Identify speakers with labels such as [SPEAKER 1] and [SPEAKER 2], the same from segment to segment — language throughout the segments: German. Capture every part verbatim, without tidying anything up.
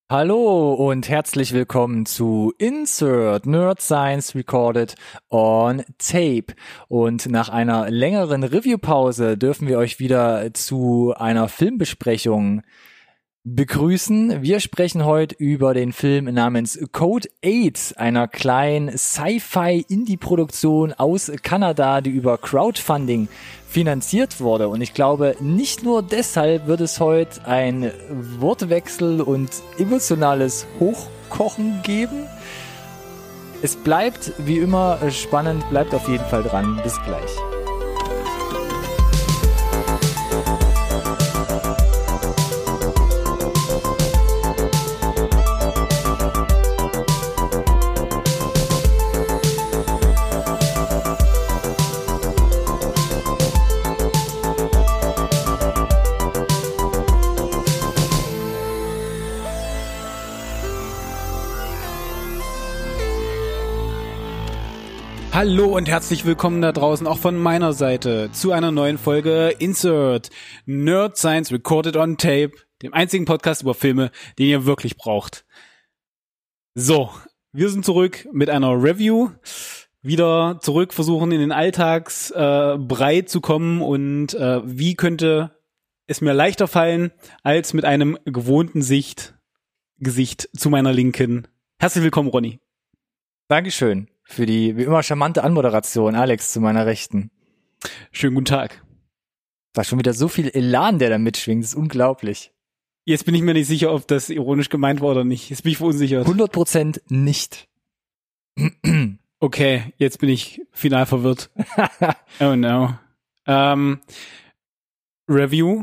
[SPEAKER 1] Hallo und herzlich willkommen zu Insert Nerd Science Recorded on Tape. Und nach einer längeren Reviewpause dürfen wir euch wieder zu einer Filmbesprechung begrüßen. Wir sprechen heute über den Film namens Code acht, einer kleinen Sci-Fi-Indie-Produktion aus Kanada, die über Crowdfunding finanziert wurde. Und ich glaube, nicht nur deshalb wird es heute ein Wortwechsel und emotionales Hochkochen geben. Es bleibt wie immer spannend, bleibt auf jeden Fall dran. Bis gleich.
[SPEAKER 2] Hallo und herzlich willkommen da draußen, auch von meiner Seite, zu einer neuen Folge Insert Nerd Science Recorded on Tape, dem einzigen Podcast über Filme, den ihr wirklich braucht. So, wir sind zurück mit einer Review, wieder zurück versuchen in den Alltagsbrei äh, zu kommen und äh, wie könnte es mir leichter fallen, als mit einem gewohnten Sicht, Gesicht zu meiner Linken. Herzlich willkommen, Ronny.
[SPEAKER 1] Dankeschön für die wie immer charmante Anmoderation, Alex zu meiner Rechten.
[SPEAKER 2] Schönen guten Tag.
[SPEAKER 1] Da ist schon wieder so viel Elan, der da mitschwingt, das ist unglaublich.
[SPEAKER 2] Jetzt bin ich mir nicht sicher, ob das ironisch gemeint war oder nicht. Jetzt bin ich verunsichert.
[SPEAKER 1] hundert Prozent nicht.
[SPEAKER 2] Okay, jetzt bin ich final verwirrt. Oh no. Ähm, Review.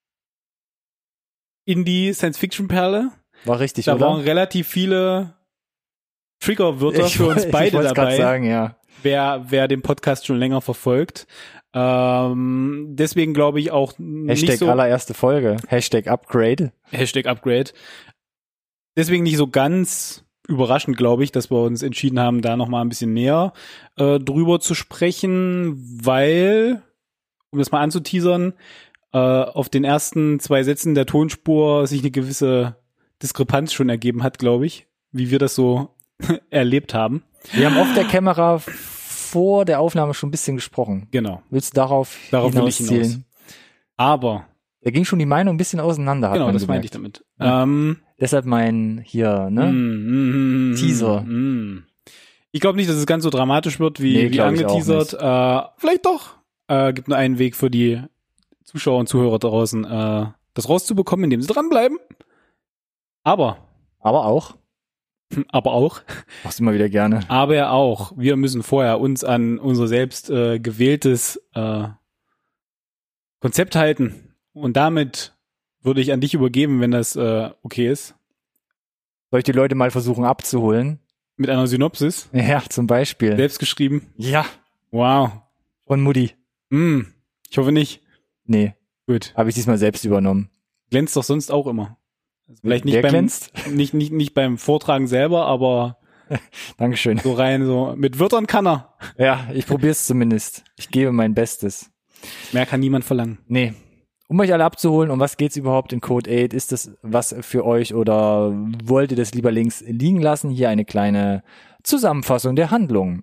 [SPEAKER 2] Indie-Science-Fiction-Perle.
[SPEAKER 1] War richtig,
[SPEAKER 2] da
[SPEAKER 1] oder?
[SPEAKER 2] Da waren relativ viele Triggerwörter
[SPEAKER 1] ich,
[SPEAKER 2] für uns beide
[SPEAKER 1] ich
[SPEAKER 2] dabei.
[SPEAKER 1] Sagen, ja.
[SPEAKER 2] Wer, wer den Podcast schon länger verfolgt. Ähm, deswegen glaube ich auch nicht
[SPEAKER 1] Hashtag
[SPEAKER 2] so...
[SPEAKER 1] allererste Folge. Hashtag Upgrade.
[SPEAKER 2] Hashtag Upgrade. Deswegen nicht so ganz überraschend, glaube ich, dass wir uns entschieden haben, da nochmal ein bisschen näher äh, drüber zu sprechen, weil, um das mal anzuteasern, äh, auf den ersten zwei Sätzen der Tonspur sich eine gewisse Diskrepanz schon ergeben hat, glaube ich, wie wir das so erlebt haben.
[SPEAKER 1] Wir haben auf der Kamera vor der Aufnahme schon ein bisschen gesprochen.
[SPEAKER 2] Genau.
[SPEAKER 1] Willst du darauf,
[SPEAKER 2] darauf will ich hinaus. Aber
[SPEAKER 1] da ging schon die Meinung ein bisschen auseinander. Hat
[SPEAKER 2] genau,
[SPEAKER 1] man
[SPEAKER 2] das
[SPEAKER 1] gemerkt.
[SPEAKER 2] meinte ich damit.
[SPEAKER 1] Ja.
[SPEAKER 2] Ähm,
[SPEAKER 1] Deshalb mein hier, ne?
[SPEAKER 2] Mm, mm,
[SPEAKER 1] Teaser.
[SPEAKER 2] Mm. Ich glaube nicht, dass es ganz so dramatisch wird, wie,
[SPEAKER 1] nee,
[SPEAKER 2] wie angeteasert. Äh, vielleicht doch. Äh, gibt nur einen Weg für die Zuschauer und Zuhörer draußen, äh, das rauszubekommen, indem sie dranbleiben. Aber.
[SPEAKER 1] Aber auch.
[SPEAKER 2] Aber auch.
[SPEAKER 1] Machst du immer wieder gerne.
[SPEAKER 2] Aber auch. Wir müssen vorher uns an unser selbst äh, gewähltes äh, Konzept halten. Und damit würde ich an dich übergeben, wenn das äh, okay ist.
[SPEAKER 1] Soll ich die Leute mal versuchen abzuholen?
[SPEAKER 2] Mit einer Synopsis?
[SPEAKER 1] Ja, zum Beispiel.
[SPEAKER 2] Selbst geschrieben?
[SPEAKER 1] Ja.
[SPEAKER 2] Wow.
[SPEAKER 1] Von Mutti.
[SPEAKER 2] Mm, ich hoffe nicht.
[SPEAKER 1] Nee.
[SPEAKER 2] Gut.
[SPEAKER 1] Habe ich diesmal selbst übernommen.
[SPEAKER 2] Glänzt doch sonst auch immer. Also vielleicht nicht
[SPEAKER 1] Wer
[SPEAKER 2] beim
[SPEAKER 1] glänzt?
[SPEAKER 2] nicht nicht nicht beim Vortragen selber, aber
[SPEAKER 1] Dankeschön.
[SPEAKER 2] So rein so mit Wörtern kann er.
[SPEAKER 1] Ja, ich probiere es zumindest. Ich gebe mein Bestes.
[SPEAKER 2] Mehr kann niemand verlangen.
[SPEAKER 1] Nee. Um euch alle abzuholen, um was geht's überhaupt in Code acht? Ist das was für euch oder wollt ihr das lieber links liegen lassen? Hier eine kleine Zusammenfassung der Handlung.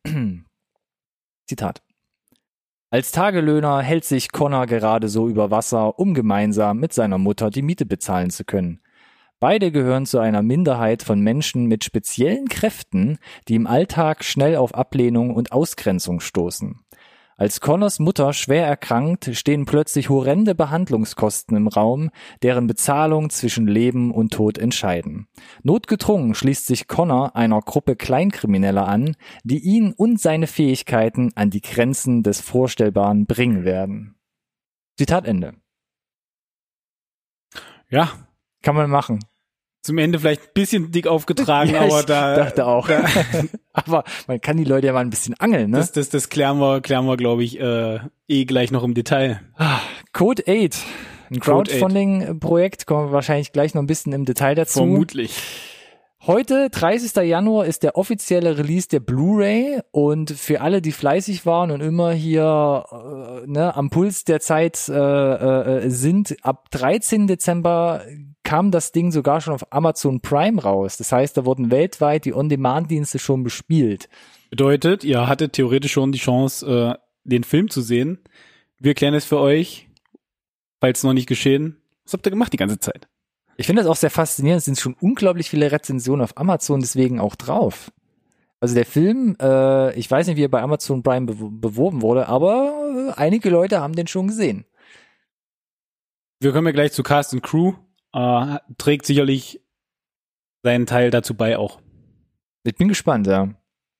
[SPEAKER 1] Zitat. Als Tagelöhner hält sich Connor gerade so über Wasser, um gemeinsam mit seiner Mutter die Miete bezahlen zu können. Beide gehören zu einer Minderheit von Menschen mit speziellen Kräften, die im Alltag schnell auf Ablehnung und Ausgrenzung stoßen. Als Connors Mutter schwer erkrankt, stehen plötzlich horrende Behandlungskosten im Raum, deren Bezahlung zwischen Leben und Tod entscheiden. Notgedrungen schließt sich Connor einer Gruppe Kleinkrimineller an, die ihn und seine Fähigkeiten an die Grenzen des Vorstellbaren bringen werden. Zitat Ende.
[SPEAKER 2] Ja.
[SPEAKER 1] Kann man machen.
[SPEAKER 2] Zum Ende vielleicht ein bisschen dick aufgetragen,
[SPEAKER 1] ja,
[SPEAKER 2] aber da...
[SPEAKER 1] Ich dachte auch. Da, aber man kann die Leute ja mal ein bisschen angeln, ne?
[SPEAKER 2] Das, das, das klären wir, klären wir, glaube ich, äh, eh gleich noch im Detail.
[SPEAKER 1] Code acht. Ein Crowdfunding-Projekt, kommen wir wahrscheinlich gleich noch ein bisschen im Detail dazu.
[SPEAKER 2] Vermutlich.
[SPEAKER 1] Heute, dreißigster Januar, ist der offizielle Release der Blu-ray und für alle, die fleißig waren und immer hier äh, ne, am Puls der Zeit äh, äh, sind, ab dreizehnten Dezember kam das Ding sogar schon auf Amazon Prime raus. Das heißt, da wurden weltweit die On-Demand-Dienste schon bespielt.
[SPEAKER 2] Bedeutet, ihr hattet theoretisch schon die Chance, äh, den Film zu sehen. Wir klären es für euch, falls noch nicht geschehen. Was habt ihr gemacht die ganze Zeit?
[SPEAKER 1] Ich finde das auch sehr faszinierend. Es sind schon unglaublich viele Rezensionen auf Amazon deswegen auch drauf. Also der Film, äh, ich weiß nicht, wie er bei Amazon Prime be- beworben wurde, aber äh, einige Leute haben den schon gesehen.
[SPEAKER 2] Wir kommen ja gleich zu Cast und Crew. Äh, trägt sicherlich seinen Teil dazu bei auch.
[SPEAKER 1] Ich bin gespannt, ja.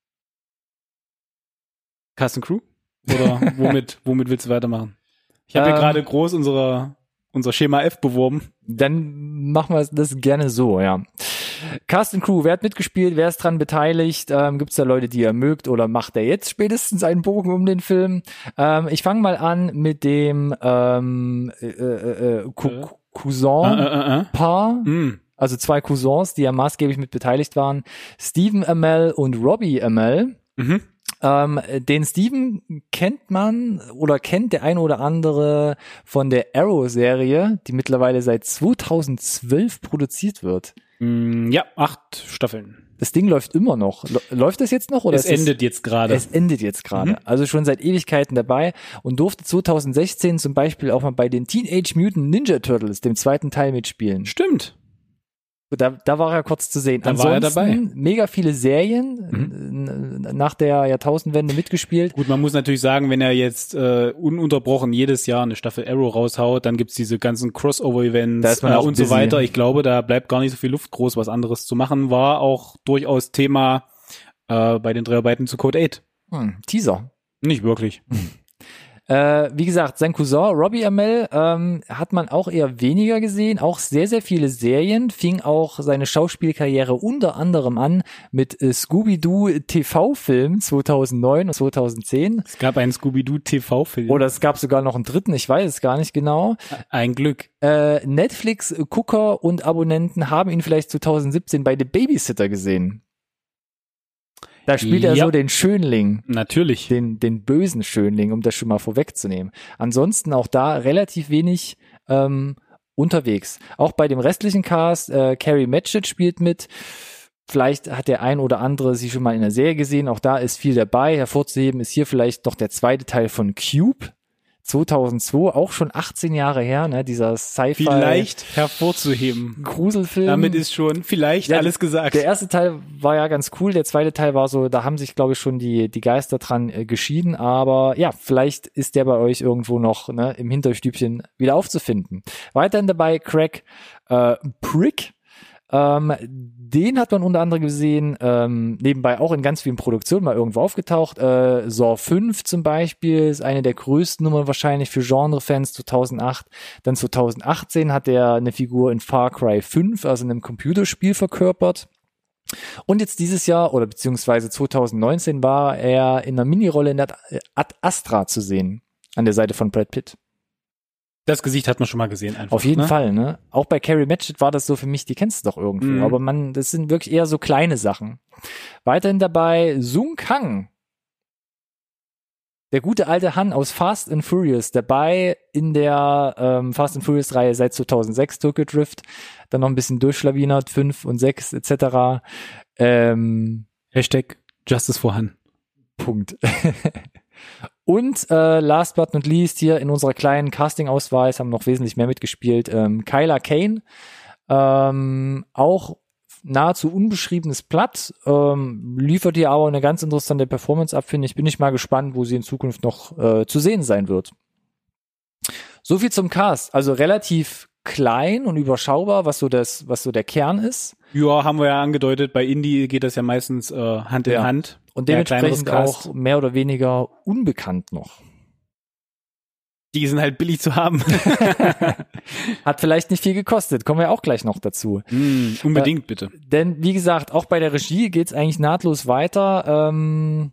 [SPEAKER 2] Cast und Crew? Oder womit, womit willst du weitermachen? Ich habe
[SPEAKER 1] ähm,
[SPEAKER 2] hier gerade groß unsere, unser Schema F beworben.
[SPEAKER 1] Dann machen wir das gerne so, ja. Cast and Crew, wer hat mitgespielt, wer ist dran beteiligt? Ähm, Gibt es da Leute, die ihr mögt oder macht er jetzt spätestens einen Bogen um den Film? Ähm, ich fange mal an mit dem ähm, äh, äh, äh, Cou-
[SPEAKER 2] Äh.
[SPEAKER 1] Cousin-Paar.
[SPEAKER 2] Äh, äh, äh, äh. Mm.
[SPEAKER 1] Also zwei Cousins, die ja maßgeblich mit beteiligt waren. Stephen Amell und Robbie Amell.
[SPEAKER 2] Mhm.
[SPEAKER 1] Ähm, den Steven kennt man oder kennt der eine oder andere von der Arrow-Serie, die mittlerweile seit zweitausendzwölf produziert wird.
[SPEAKER 2] Mm, ja, acht Staffeln.
[SPEAKER 1] Das Ding läuft immer noch. Läuft das jetzt noch? Oder
[SPEAKER 2] es
[SPEAKER 1] ist
[SPEAKER 2] endet
[SPEAKER 1] es,
[SPEAKER 2] jetzt gerade.
[SPEAKER 1] Es endet jetzt gerade.
[SPEAKER 2] Mhm.
[SPEAKER 1] Also schon seit Ewigkeiten dabei und durfte zweitausendsechzehn zum Beispiel auch mal bei den Teenage Mutant Ninja Turtles, dem zweiten Teil, mitspielen.
[SPEAKER 2] Stimmt.
[SPEAKER 1] Da, da war er kurz zu sehen.
[SPEAKER 2] Da
[SPEAKER 1] Ansonsten
[SPEAKER 2] war er dabei.
[SPEAKER 1] Mega viele Serien
[SPEAKER 2] Mhm.
[SPEAKER 1] n- nach der Jahrtausendwende mitgespielt.
[SPEAKER 2] Gut, man muss natürlich sagen, wenn er jetzt äh, ununterbrochen jedes Jahr eine Staffel Arrow raushaut, dann gibt's diese ganzen
[SPEAKER 1] Da
[SPEAKER 2] Crossover-Events
[SPEAKER 1] ist man
[SPEAKER 2] äh,
[SPEAKER 1] auch
[SPEAKER 2] und so
[SPEAKER 1] busy.
[SPEAKER 2] weiter. Ich glaube, da bleibt gar nicht so viel Luft groß, was anderes zu machen. War auch durchaus Thema äh, bei den Dreharbeiten zu Code acht.
[SPEAKER 1] Hm, Teaser.
[SPEAKER 2] Nicht wirklich.
[SPEAKER 1] Äh, wie gesagt, sein Cousin Robbie Amell ähm, hat man auch eher weniger gesehen, auch sehr, sehr viele Serien, fing auch seine Schauspielkarriere unter anderem an mit äh, Scooby-Doo T V-Film zweitausendneun und zweitausendzehn.
[SPEAKER 2] Es gab einen Scooby-Doo-T V-Film.
[SPEAKER 1] Oder es gab sogar noch einen dritten, ich weiß es gar nicht genau.
[SPEAKER 2] Ein Glück.
[SPEAKER 1] Äh, Netflix-Gucker und Abonnenten haben ihn vielleicht zweitausendsiebzehn bei The Babysitter gesehen. Da spielt er
[SPEAKER 2] Ja.
[SPEAKER 1] so den Schönling.
[SPEAKER 2] Natürlich.
[SPEAKER 1] Den, den bösen Schönling, um das schon mal vorwegzunehmen. Ansonsten auch da relativ wenig ähm, unterwegs. Auch bei dem restlichen Cast, äh, Carrie Matchett spielt mit. Vielleicht hat der ein oder andere sie schon mal in der Serie gesehen. Auch da ist viel dabei. Hervorzuheben ist hier vielleicht noch der zweite Teil von Cube. zweitausendzwei, auch schon achtzehn Jahre her, ne, dieser Sci-Fi
[SPEAKER 2] Vielleicht hervorzuheben.
[SPEAKER 1] Gruselfilm.
[SPEAKER 2] Damit ist schon vielleicht
[SPEAKER 1] Ja,
[SPEAKER 2] alles gesagt.
[SPEAKER 1] Der erste Teil war ja ganz cool, der zweite Teil war so, da haben sich, glaube ich, schon die die Geister dran äh, geschieden, aber ja, vielleicht ist der bei euch irgendwo noch, ne, im Hinterstübchen wieder aufzufinden. Weiterhin dabei Craig äh, Prick. Ähm, den hat man unter anderem gesehen, ähm, nebenbei auch in ganz vielen Produktionen mal irgendwo aufgetaucht. Äh, Saw fünf zum Beispiel ist eine der größten Nummern wahrscheinlich für Genre-Fans zweitausendacht. Dann zweitausendachtzehn hat er eine Figur in Far Cry fünf, also in einem Computerspiel, verkörpert. Und jetzt dieses Jahr, oder beziehungsweise zweitausendneunzehn, war er in einer Minirolle in der Ad Astra zu sehen, an der Seite von Brad Pitt.
[SPEAKER 2] Das Gesicht hat man schon mal gesehen einfach.
[SPEAKER 1] Auf jeden
[SPEAKER 2] ne?
[SPEAKER 1] Fall, ne? Auch bei Carrie Matchett war das so für mich, die kennst du doch irgendwo.
[SPEAKER 2] Mhm.
[SPEAKER 1] Aber man, das sind wirklich eher so kleine Sachen. Weiterhin dabei Sung Kang. Der gute alte Han aus Fast and Furious, dabei in der ähm, Fast and Furious Reihe seit zweitausendsechs, Tokyo Drift, dann noch ein bisschen durchschlawinert, fünf und sechs et cetera. Ähm,
[SPEAKER 2] Hashtag Justice for Han.
[SPEAKER 1] Punkt. Und äh, last but not least hier in unserer kleinen Casting-Auswahl haben noch wesentlich mehr mitgespielt. Ähm, Kyla Kane, ähm, auch nahezu unbeschriebenes Blatt, ähm, liefert hier aber eine ganz interessante Performance ab, finde ich. Bin ich mal gespannt, wo sie in Zukunft noch äh, zu sehen sein wird. So viel zum Cast. Also relativ klein und überschaubar, was so das, was so der Kern ist.
[SPEAKER 2] Ja, haben wir ja angedeutet, bei Indie geht das ja meistens äh, Hand in
[SPEAKER 1] Ja.
[SPEAKER 2] Hand.
[SPEAKER 1] Und
[SPEAKER 2] Ja,
[SPEAKER 1] dementsprechend
[SPEAKER 2] kleineres Cast.
[SPEAKER 1] auch mehr oder weniger unbekannt noch.
[SPEAKER 2] Die sind halt billig zu haben.
[SPEAKER 1] Hat vielleicht nicht viel gekostet, kommen wir auch gleich noch dazu.
[SPEAKER 2] mm, unbedingt, bitte.
[SPEAKER 1] Denn wie gesagt, auch bei der Regie geht's eigentlich nahtlos weiter. Ähm,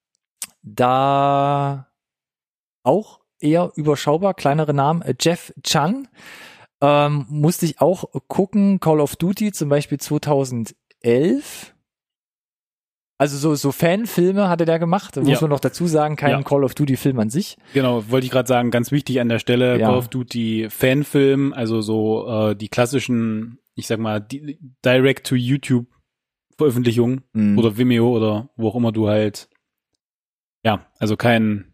[SPEAKER 1] da auch eher überschaubar, kleinere Namen. Äh, Jeff Chan ähm, musste ich auch gucken. Call of Duty zum Beispiel zweitausendelf elf. Also so so Fanfilme hatte der gemacht. Da muss
[SPEAKER 2] Ja.
[SPEAKER 1] man noch dazu sagen, kein
[SPEAKER 2] Ja.
[SPEAKER 1] Call of Duty Film an sich.
[SPEAKER 2] Genau, wollte ich gerade sagen, ganz wichtig an der Stelle,
[SPEAKER 1] Ja.
[SPEAKER 2] Call of Duty Fanfilm, also so äh, die klassischen, ich sag mal, die Direct-to-YouTube-Veröffentlichungen
[SPEAKER 1] Mhm.
[SPEAKER 2] oder Vimeo oder wo auch immer du halt, ja, also kein,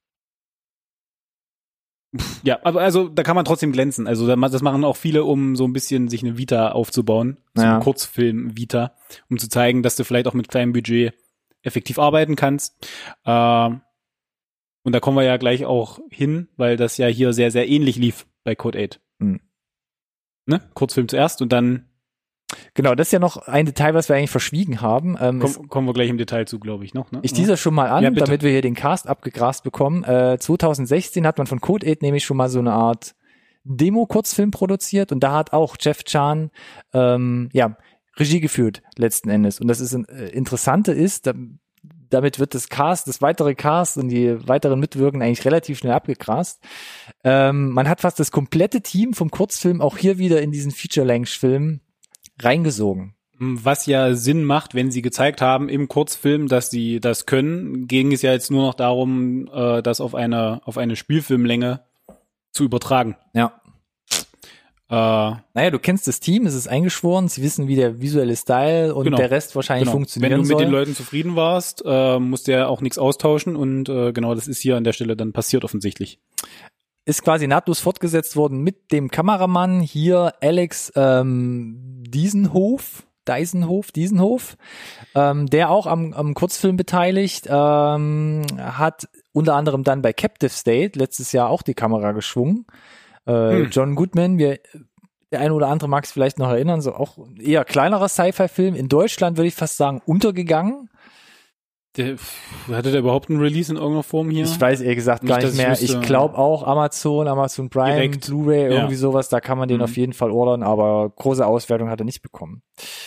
[SPEAKER 2] Pff, ja, aber also da kann man trotzdem glänzen. Also da- das machen auch viele, um so ein bisschen sich eine Vita aufzubauen, so
[SPEAKER 1] Ja.
[SPEAKER 2] eine Kurzfilm-Vita, um zu zeigen, dass du vielleicht auch mit kleinem Budget effektiv arbeiten kannst. Ähm, und da kommen wir ja gleich auch hin, weil das ja hier sehr, sehr ähnlich lief bei Code acht.
[SPEAKER 1] Mhm.
[SPEAKER 2] Ne? Kurzfilm zuerst und dann
[SPEAKER 1] Genau, das ist ja noch ein Detail, was wir eigentlich verschwiegen haben. Ähm, es,
[SPEAKER 2] komm, kommen wir gleich im Detail zu, glaube ich, noch. Ne?
[SPEAKER 1] ich teaser schon mal an,
[SPEAKER 2] Ja, bitte.
[SPEAKER 1] damit wir hier den Cast abgegrast bekommen. Äh, zwanzig sechzehn hat man von Code acht nämlich schon mal so eine Art Demo-Kurzfilm produziert und da hat auch Jeff Chan ähm, ja, Regie geführt letzten Endes. Und das ist äh, Interessante ist, da, damit wird das Cast, das weitere Cast und die weiteren Mitwirkenden eigentlich relativ schnell abgegrast. Ähm, man hat fast das komplette Team vom Kurzfilm auch hier wieder in diesen Feature-Length-Film reingesogen.
[SPEAKER 2] Was ja Sinn macht, wenn sie gezeigt haben im Kurzfilm, dass sie das können, ging es ja jetzt nur noch darum, äh, das auf eine auf eine Spielfilmlänge zu übertragen.
[SPEAKER 1] Ja.
[SPEAKER 2] Äh,
[SPEAKER 1] Naja, du kennst das Team, es ist eingeschworen, sie wissen, wie der visuelle Style und
[SPEAKER 2] Genau.
[SPEAKER 1] der Rest wahrscheinlich
[SPEAKER 2] genau.
[SPEAKER 1] funktionieren
[SPEAKER 2] Wenn du mit
[SPEAKER 1] soll.
[SPEAKER 2] den Leuten zufrieden warst, äh, musst du ja auch nichts austauschen und äh, genau das ist hier an der Stelle dann passiert offensichtlich.
[SPEAKER 1] Ist quasi nahtlos fortgesetzt worden mit dem Kameramann hier Alex ähm, Diesenhof, Deisenhof, Diesenhof, ähm, der auch am, am Kurzfilm beteiligt, ähm, hat unter anderem dann bei Captive State letztes Jahr auch die Kamera geschwungen. Äh,
[SPEAKER 2] Hm.
[SPEAKER 1] John Goodman, wir, der eine oder andere mag es vielleicht noch erinnern, so auch eher kleinerer Sci-Fi-Film, in Deutschland würde ich fast sagen untergegangen.
[SPEAKER 2] Der, hatte der überhaupt einen Release in irgendeiner Form hier?
[SPEAKER 1] Ich weiß ehrlich gesagt gar
[SPEAKER 2] Nicht,
[SPEAKER 1] nicht
[SPEAKER 2] dass ich
[SPEAKER 1] mehr.
[SPEAKER 2] wüsste.
[SPEAKER 1] Ich glaube auch Amazon, Amazon Prime,
[SPEAKER 2] Direkt.
[SPEAKER 1] Blu-ray,
[SPEAKER 2] Ja.
[SPEAKER 1] irgendwie sowas, da kann man den
[SPEAKER 2] Mhm.
[SPEAKER 1] auf jeden Fall ordern, aber große Auswertung hat er nicht bekommen.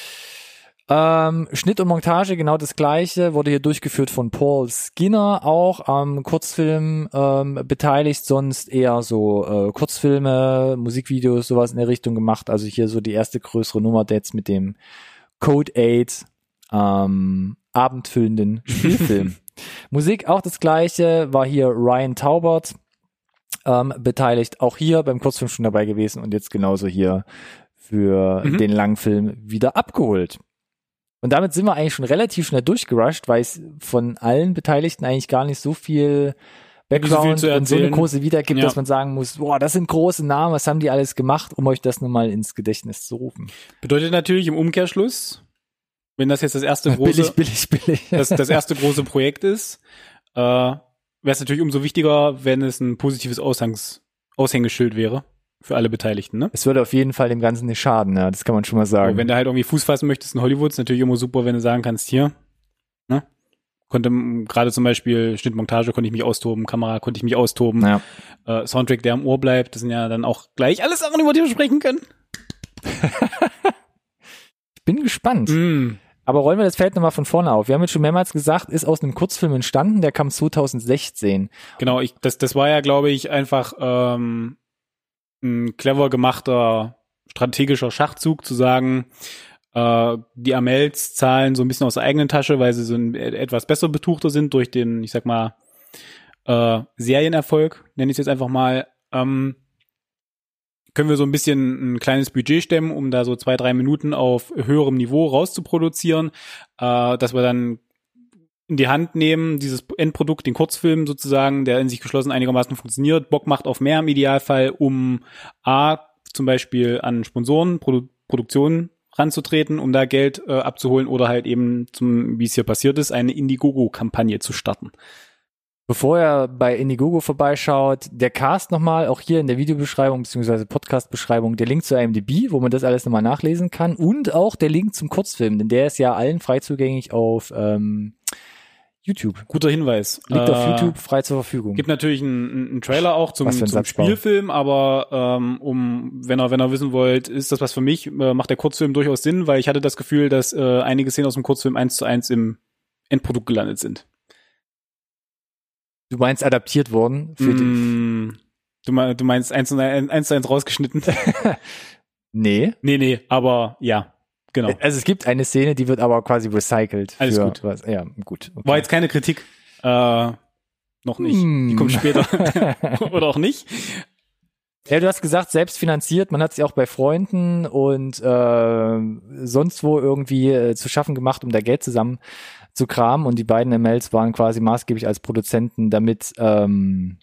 [SPEAKER 1] Ähm, Schnitt und Montage, genau das gleiche, wurde hier durchgeführt von Paul Skinner, auch am Kurzfilm ähm, beteiligt, sonst eher so äh, Kurzfilme, Musikvideos, sowas in der Richtung gemacht. Also hier so die erste größere Nummer jetzt mit dem Code acht ähm, abendfüllenden Spielfilm. Musik auch das gleiche, war hier Ryan Taubert ähm, beteiligt, auch hier beim Kurzfilm schon dabei gewesen und jetzt genauso hier für
[SPEAKER 2] Mhm.
[SPEAKER 1] den Langfilm wieder abgeholt. Und damit sind wir eigentlich schon relativ schnell durchgerusht, weil es von allen Beteiligten eigentlich gar nicht so viel Background
[SPEAKER 2] zu
[SPEAKER 1] und so eine
[SPEAKER 2] erzählen.
[SPEAKER 1] große Vita gibt,
[SPEAKER 2] Ja.
[SPEAKER 1] dass man sagen muss, boah, das sind große Namen, was haben die alles gemacht, um euch das nun mal ins Gedächtnis zu rufen.
[SPEAKER 2] Bedeutet natürlich im Umkehrschluss, wenn das jetzt das erste große,
[SPEAKER 1] Billig, billig, billig.
[SPEAKER 2] das, das erste große Projekt ist, äh, wäre es natürlich umso wichtiger, wenn es ein positives Aushangs, Aushängeschild wäre für alle Beteiligten. Ne?
[SPEAKER 1] Es würde auf jeden Fall dem Ganzen nicht schaden, ja, das kann man schon mal sagen.
[SPEAKER 2] Aber wenn du halt irgendwie Fuß fassen möchtest in Hollywood, ist natürlich immer super, wenn du sagen kannst, hier, ne? Konnte m, gerade zum Beispiel Schnittmontage konnte ich mich austoben, Kamera konnte ich mich austoben,
[SPEAKER 1] ja.
[SPEAKER 2] äh, Soundtrack, der am Ohr bleibt, das sind ja dann auch gleich alles Sachen, über die wir sprechen können.
[SPEAKER 1] Ich bin gespannt.
[SPEAKER 2] Mm.
[SPEAKER 1] Aber rollen wir das Feld nochmal von vorne auf. Wir haben jetzt schon mehrmals gesagt, ist aus einem Kurzfilm entstanden, der kam zwanzig sechzehn.
[SPEAKER 2] Genau, ich, das, das war ja, glaube ich, einfach ähm, ein clever gemachter strategischer Schachzug, zu sagen, äh, die Amels zahlen so ein bisschen aus der eigenen Tasche, weil sie so ein, etwas besser betuchter sind durch den, ich sag mal, äh, Serienerfolg, nenne ich es jetzt einfach mal, ähm, können wir so ein bisschen ein kleines Budget stemmen, um da so zwei, drei Minuten auf höherem Niveau rauszuproduzieren, äh, dass wir dann in die Hand nehmen, dieses Endprodukt, den Kurzfilm sozusagen, der in sich geschlossen einigermaßen funktioniert, Bock macht auf mehr im Idealfall, um A, zum Beispiel an Sponsoren, Produ- Produktionen ranzutreten, um da Geld äh, abzuholen oder halt eben, zum, wie es hier passiert ist, eine Indiegogo-Kampagne zu starten.
[SPEAKER 1] Bevor ihr bei Indiegogo vorbeischaut, der Cast nochmal, auch hier in der Videobeschreibung bzw. Podcast-Beschreibung, der Link zu I M D B, wo man das alles nochmal nachlesen kann und auch der Link zum Kurzfilm, denn der ist ja allen frei zugänglich auf ähm, YouTube.
[SPEAKER 2] Guter Hinweis.
[SPEAKER 1] Liegt
[SPEAKER 2] äh,
[SPEAKER 1] auf YouTube frei zur Verfügung.
[SPEAKER 2] Gibt natürlich einen, einen Trailer auch zum,
[SPEAKER 1] Was für ein
[SPEAKER 2] zum
[SPEAKER 1] Satzbau.
[SPEAKER 2] Spielfilm, aber ähm, um, wenn ihr, wenn ihr wissen wollt, ist das was für mich, äh, macht der Kurzfilm durchaus Sinn, weil ich hatte das Gefühl, dass äh, einige Szenen aus dem Kurzfilm eins zu eins im Endprodukt gelandet sind.
[SPEAKER 1] Du meinst adaptiert worden für die,
[SPEAKER 2] Mm, du, mein, du meinst eins zu eins, eins zu eins rausgeschnitten?
[SPEAKER 1] Nee.
[SPEAKER 2] nee, nee, aber ja. genau.
[SPEAKER 1] Also es gibt eine Szene, die wird aber quasi recycelt.
[SPEAKER 2] Alles
[SPEAKER 1] für
[SPEAKER 2] gut.
[SPEAKER 1] Was, ja, gut. Okay.
[SPEAKER 2] War jetzt keine Kritik. Äh, noch nicht.
[SPEAKER 1] Hm.
[SPEAKER 2] Die kommt später. Oder auch nicht.
[SPEAKER 1] Ja, du hast gesagt, selbst finanziert. Man hat sich auch bei Freunden und äh, sonst wo irgendwie äh, zu schaffen gemacht, um da Geld zusammen zu kramen. Und die beiden M Ls waren quasi maßgeblich als Produzenten damit ähm,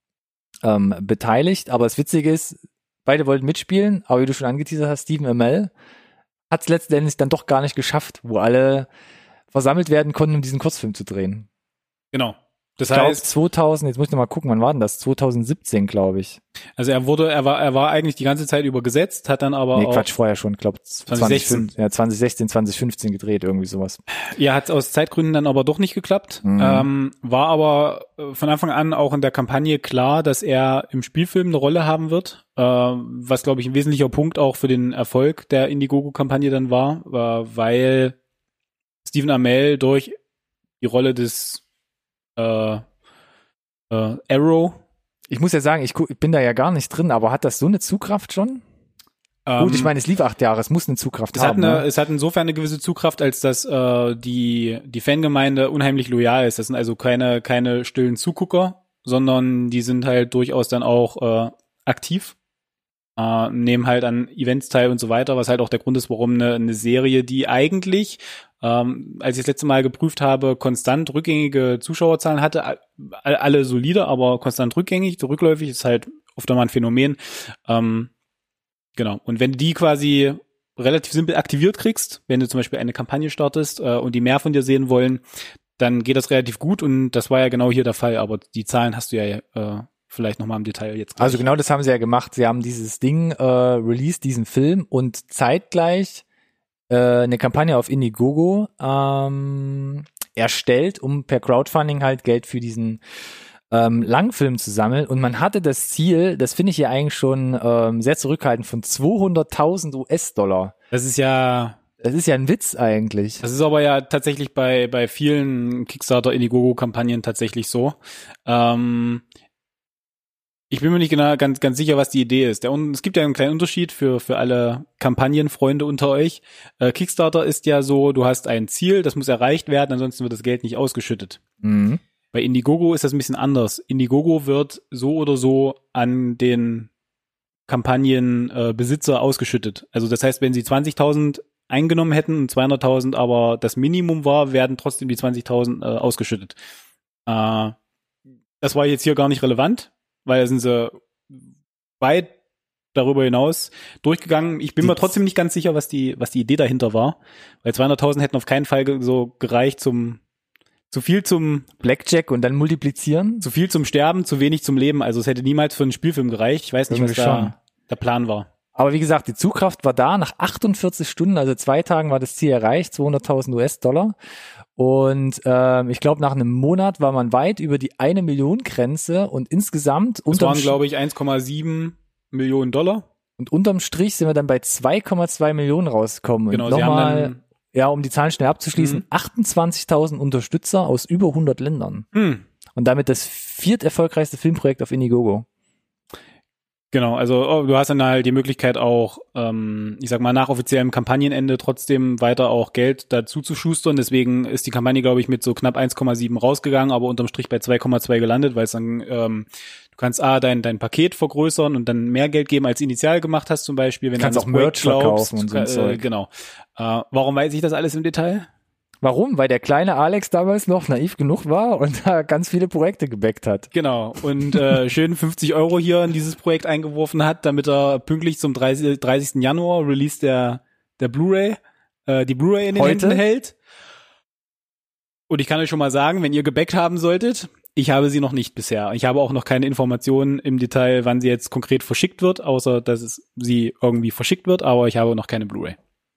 [SPEAKER 1] ähm, beteiligt. Aber das Witzige ist, beide wollten mitspielen, aber wie du schon angeteasert hast, Stephen Amell hat es letztendlich dann doch gar nicht geschafft, wo alle versammelt werden konnten, um diesen Kurzfilm zu drehen.
[SPEAKER 2] Genau. Das
[SPEAKER 1] ich glaube
[SPEAKER 2] heißt,
[SPEAKER 1] zweitausend, jetzt muss ich noch mal gucken, wann war denn das? zwanzig siebzehn, glaube ich.
[SPEAKER 2] also er wurde, er war, er war eigentlich die ganze Zeit über gesetzt, hat dann aber
[SPEAKER 1] Nee,
[SPEAKER 2] auch,
[SPEAKER 1] Quatsch, vorher schon, ich glaube
[SPEAKER 2] zwanzig sechzehn.
[SPEAKER 1] Ja, zwanzig sechzehn, zwanzig fünfzehn gedreht, irgendwie sowas.
[SPEAKER 2] ja, hat aus Zeitgründen dann aber doch nicht geklappt.
[SPEAKER 1] Mhm.
[SPEAKER 2] Ähm, war aber äh, von Anfang an auch in der Kampagne klar, dass er im Spielfilm eine Rolle haben wird, äh, was glaube ich ein wesentlicher Punkt auch für den Erfolg der Indiegogo-Kampagne dann war, äh, weil Stephen Amell durch die Rolle des äh, äh, Arrow.
[SPEAKER 1] Ich muss ja sagen, ich, gu- ich bin da ja gar nicht drin, aber hat das so eine Zugkraft schon?
[SPEAKER 2] Ähm,
[SPEAKER 1] Gut, ich meine, es lief acht Jahre, es muss eine Zugkraft
[SPEAKER 2] es hat
[SPEAKER 1] haben.
[SPEAKER 2] eine,
[SPEAKER 1] Ne?
[SPEAKER 2] es hat insofern eine gewisse Zugkraft, als dass äh, die die Fangemeinde unheimlich loyal ist. Das sind also keine keine stillen Zugucker, sondern die sind halt durchaus dann auch äh, aktiv, äh, nehmen halt an Events teil und so weiter, was halt auch der Grund ist, warum eine, eine Serie, die eigentlich, ähm, als ich das letzte Mal geprüft habe, konstant rückgängige Zuschauerzahlen hatte, all- alle solide, aber konstant rückgängig, so rückläufig, ist halt oft einmal ein Phänomen. Ähm, genau. Und wenn du die quasi relativ simpel aktiviert kriegst, wenn du zum Beispiel eine Kampagne startest äh, und die mehr von dir sehen wollen, dann geht das relativ gut und das war ja genau hier der Fall, aber die Zahlen hast du ja äh, vielleicht nochmal im Detail jetzt gleich.
[SPEAKER 1] Also genau das haben sie ja gemacht. Sie haben dieses Ding äh, released, diesen Film, und zeitgleich äh, eine Kampagne auf Indiegogo ähm, erstellt, um per Crowdfunding halt Geld für diesen ähm, Langfilm zu sammeln. Und man hatte das Ziel, das finde ich hier eigentlich schon ähm, sehr zurückhaltend, von zweihunderttausend U S-Dollar.
[SPEAKER 2] Das ist ja
[SPEAKER 1] Das ist ja ein Witz eigentlich.
[SPEAKER 2] Das ist aber ja tatsächlich bei bei vielen Kickstarter-Indiegogo-Kampagnen tatsächlich so. Ähm, ich bin mir nicht genau ganz ganz sicher, was die Idee ist. Der, es gibt ja einen kleinen Unterschied für für alle Kampagnenfreunde unter euch. Äh, Kickstarter ist ja so, du hast ein Ziel, das muss erreicht werden, ansonsten wird das Geld nicht ausgeschüttet.
[SPEAKER 1] Mhm.
[SPEAKER 2] Bei Indiegogo ist das ein bisschen anders. Indiegogo wird so oder so an den Kampagnenbesitzer äh, ausgeschüttet. Also das heißt, wenn sie zwanzigtausend eingenommen hätten und zweihunderttausend aber das Minimum war, werden trotzdem die zwanzigtausend äh, ausgeschüttet. Äh, das war jetzt hier gar nicht relevant, weil da sind sie weit darüber hinaus durchgegangen. Ich bin
[SPEAKER 1] Die-
[SPEAKER 2] mir trotzdem nicht ganz sicher, was die was die Idee dahinter war, weil zweihunderttausend hätten auf keinen Fall ge- so gereicht zum zu viel zum
[SPEAKER 1] Blackjack und dann multiplizieren.
[SPEAKER 2] zu viel zum Sterben, zu wenig zum Leben. Also es hätte niemals für einen Spielfilm gereicht. Ich weiß nicht, was
[SPEAKER 1] Irgendwie schon.
[SPEAKER 2] da der Plan war.
[SPEAKER 1] Aber wie gesagt, die Zugkraft war da. Nach achtundvierzig Stunden, also zwei Tagen, war das Ziel erreicht, zweihunderttausend U S-Dollar. Und ähm, ich glaube, nach einem Monat war man weit über die eine Million Grenze und insgesamt
[SPEAKER 2] Das
[SPEAKER 1] unterm,
[SPEAKER 2] waren, glaube ich, eins Komma sieben Millionen Dollar.
[SPEAKER 1] und unterm Strich sind wir dann bei zwei Komma zwei Millionen rausgekommen.
[SPEAKER 2] Genau,
[SPEAKER 1] und
[SPEAKER 2] sie haben
[SPEAKER 1] nochmal,
[SPEAKER 2] dann,
[SPEAKER 1] ja, um die Zahlen schnell abzuschließen,
[SPEAKER 2] Mhm.
[SPEAKER 1] achtundzwanzigtausend Unterstützer aus über hundert Ländern.
[SPEAKER 2] hm,
[SPEAKER 1] Und damit das vierterfolgreichste Filmprojekt auf Indiegogo.
[SPEAKER 2] genau, also oh, du hast dann halt die Möglichkeit auch, ähm, ich sag mal, nach offiziellem Kampagnenende trotzdem weiter auch Geld dazu zu schustern. Deswegen ist die Kampagne, glaube ich, mit so knapp eins Komma sieben rausgegangen, aber unterm Strich bei zwei Komma zwei gelandet, weil es dann, ähm, du kannst A, dein, dein Paket vergrößern und dann mehr Geld geben, als initial gemacht hast zum Beispiel. Wenn
[SPEAKER 1] Du kannst
[SPEAKER 2] du
[SPEAKER 1] auch
[SPEAKER 2] an das
[SPEAKER 1] Merch
[SPEAKER 2] Projekt glaubst,
[SPEAKER 1] verkaufen und so ein
[SPEAKER 2] äh,
[SPEAKER 1] Zeug.
[SPEAKER 2] Genau. Äh, warum weiß ich das alles im Detail?
[SPEAKER 1] Warum? Weil der kleine Alex damals noch naiv genug war und da ganz viele Projekte gebackt hat.
[SPEAKER 2] Genau. Und äh, schön fünfzig Euro hier in dieses Projekt eingeworfen hat, damit er pünktlich zum dreißigsten Januar Release der der Blu-ray, äh, die Blu-ray in den
[SPEAKER 1] Heute?
[SPEAKER 2] Händen hält. Und ich kann euch schon mal sagen, wenn ihr gebackt haben solltet, ich habe sie noch nicht bisher. Ich habe auch noch keine Informationen im Detail, wann sie jetzt konkret verschickt wird, außer dass es sie irgendwie verschickt wird, aber ich habe noch keine Blu-ray.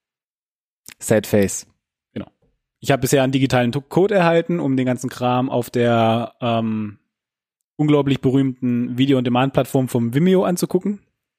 [SPEAKER 1] Sad face.
[SPEAKER 2] Ich habe bisher einen digitalen Code erhalten, um den ganzen Kram auf der ähm, unglaublich berühmten Video-on-Demand-Plattform vom Vimeo anzugucken.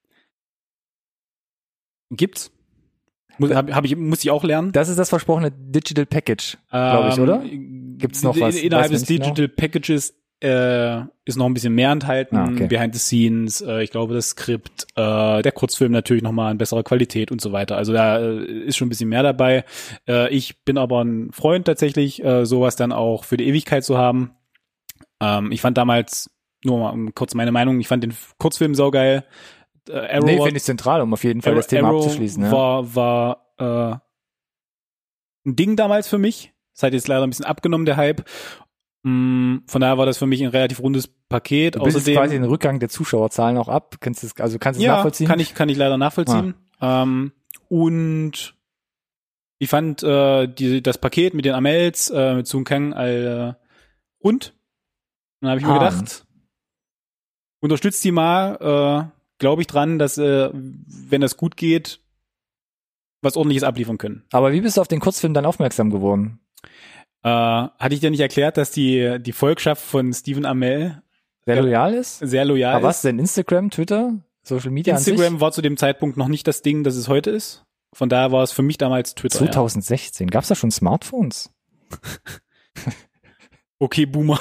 [SPEAKER 2] Gibt's. Muss, hab, hab ich, muss ich auch lernen.
[SPEAKER 1] Das ist das versprochene Digital Package, glaube ich,
[SPEAKER 2] Ähm,
[SPEAKER 1] oder? Gibt's noch was?
[SPEAKER 2] Innerhalb
[SPEAKER 1] Weiß
[SPEAKER 2] des
[SPEAKER 1] man nicht
[SPEAKER 2] Digital Packages äh, ist noch ein bisschen mehr enthalten,
[SPEAKER 1] Ah, okay.
[SPEAKER 2] Behind the Scenes, äh, ich glaube das Skript, äh, der Kurzfilm natürlich nochmal in besserer Qualität und so weiter. Also da äh, ist schon ein bisschen mehr dabei. Äh, ich bin aber ein Freund tatsächlich, äh, sowas dann auch für die Ewigkeit zu haben. Ähm, ich fand damals, nur mal um kurz meine Meinung, ich fand den Kurzfilm saugeil. Äh, Arrow
[SPEAKER 1] Nee,
[SPEAKER 2] war-
[SPEAKER 1] finde ich zentral, um auf jeden Fall
[SPEAKER 2] Arrow,
[SPEAKER 1] das Thema
[SPEAKER 2] Arrow
[SPEAKER 1] abzuschließen. Ja.
[SPEAKER 2] war, war äh, ein Ding damals für mich. Es hat jetzt leider ein bisschen abgenommen, der Hype. Mm, Von daher war das für mich ein relativ rundes Paket.
[SPEAKER 1] Du bildest
[SPEAKER 2] Außerdem
[SPEAKER 1] quasi den Rückgang der Zuschauerzahlen auch ab. Kannst du es, also kannst du es
[SPEAKER 2] ja,
[SPEAKER 1] nachvollziehen?
[SPEAKER 2] kann ich kann ich leider nachvollziehen. Ähm, und ich fand äh, die, das Paket mit den Amels, äh, mit Sung Kang all äh, rund. Und dann habe ich mir
[SPEAKER 1] Ah.
[SPEAKER 2] gedacht, unterstützt die mal, äh, glaube ich dran, dass äh, wenn das gut geht, was Ordentliches abliefern können.
[SPEAKER 1] Aber wie bist du auf den Kurzfilm dann aufmerksam geworden?
[SPEAKER 2] Äh, hatte ich dir nicht erklärt, dass die die Volkschaft von Stephen Amell
[SPEAKER 1] Sehr
[SPEAKER 2] Ja.
[SPEAKER 1] loyal ist?
[SPEAKER 2] sehr loyal
[SPEAKER 1] Aber was
[SPEAKER 2] ist?
[SPEAKER 1] denn? Instagram, Twitter, Social Media an
[SPEAKER 2] Instagram war zu dem Zeitpunkt noch nicht das Ding, das es heute ist. Von daher war es für mich damals
[SPEAKER 1] sich?
[SPEAKER 2] Twitter.
[SPEAKER 1] zwanzig sechzehn. Gab's da schon Smartphones?
[SPEAKER 2] Ja. Okay, Boomer.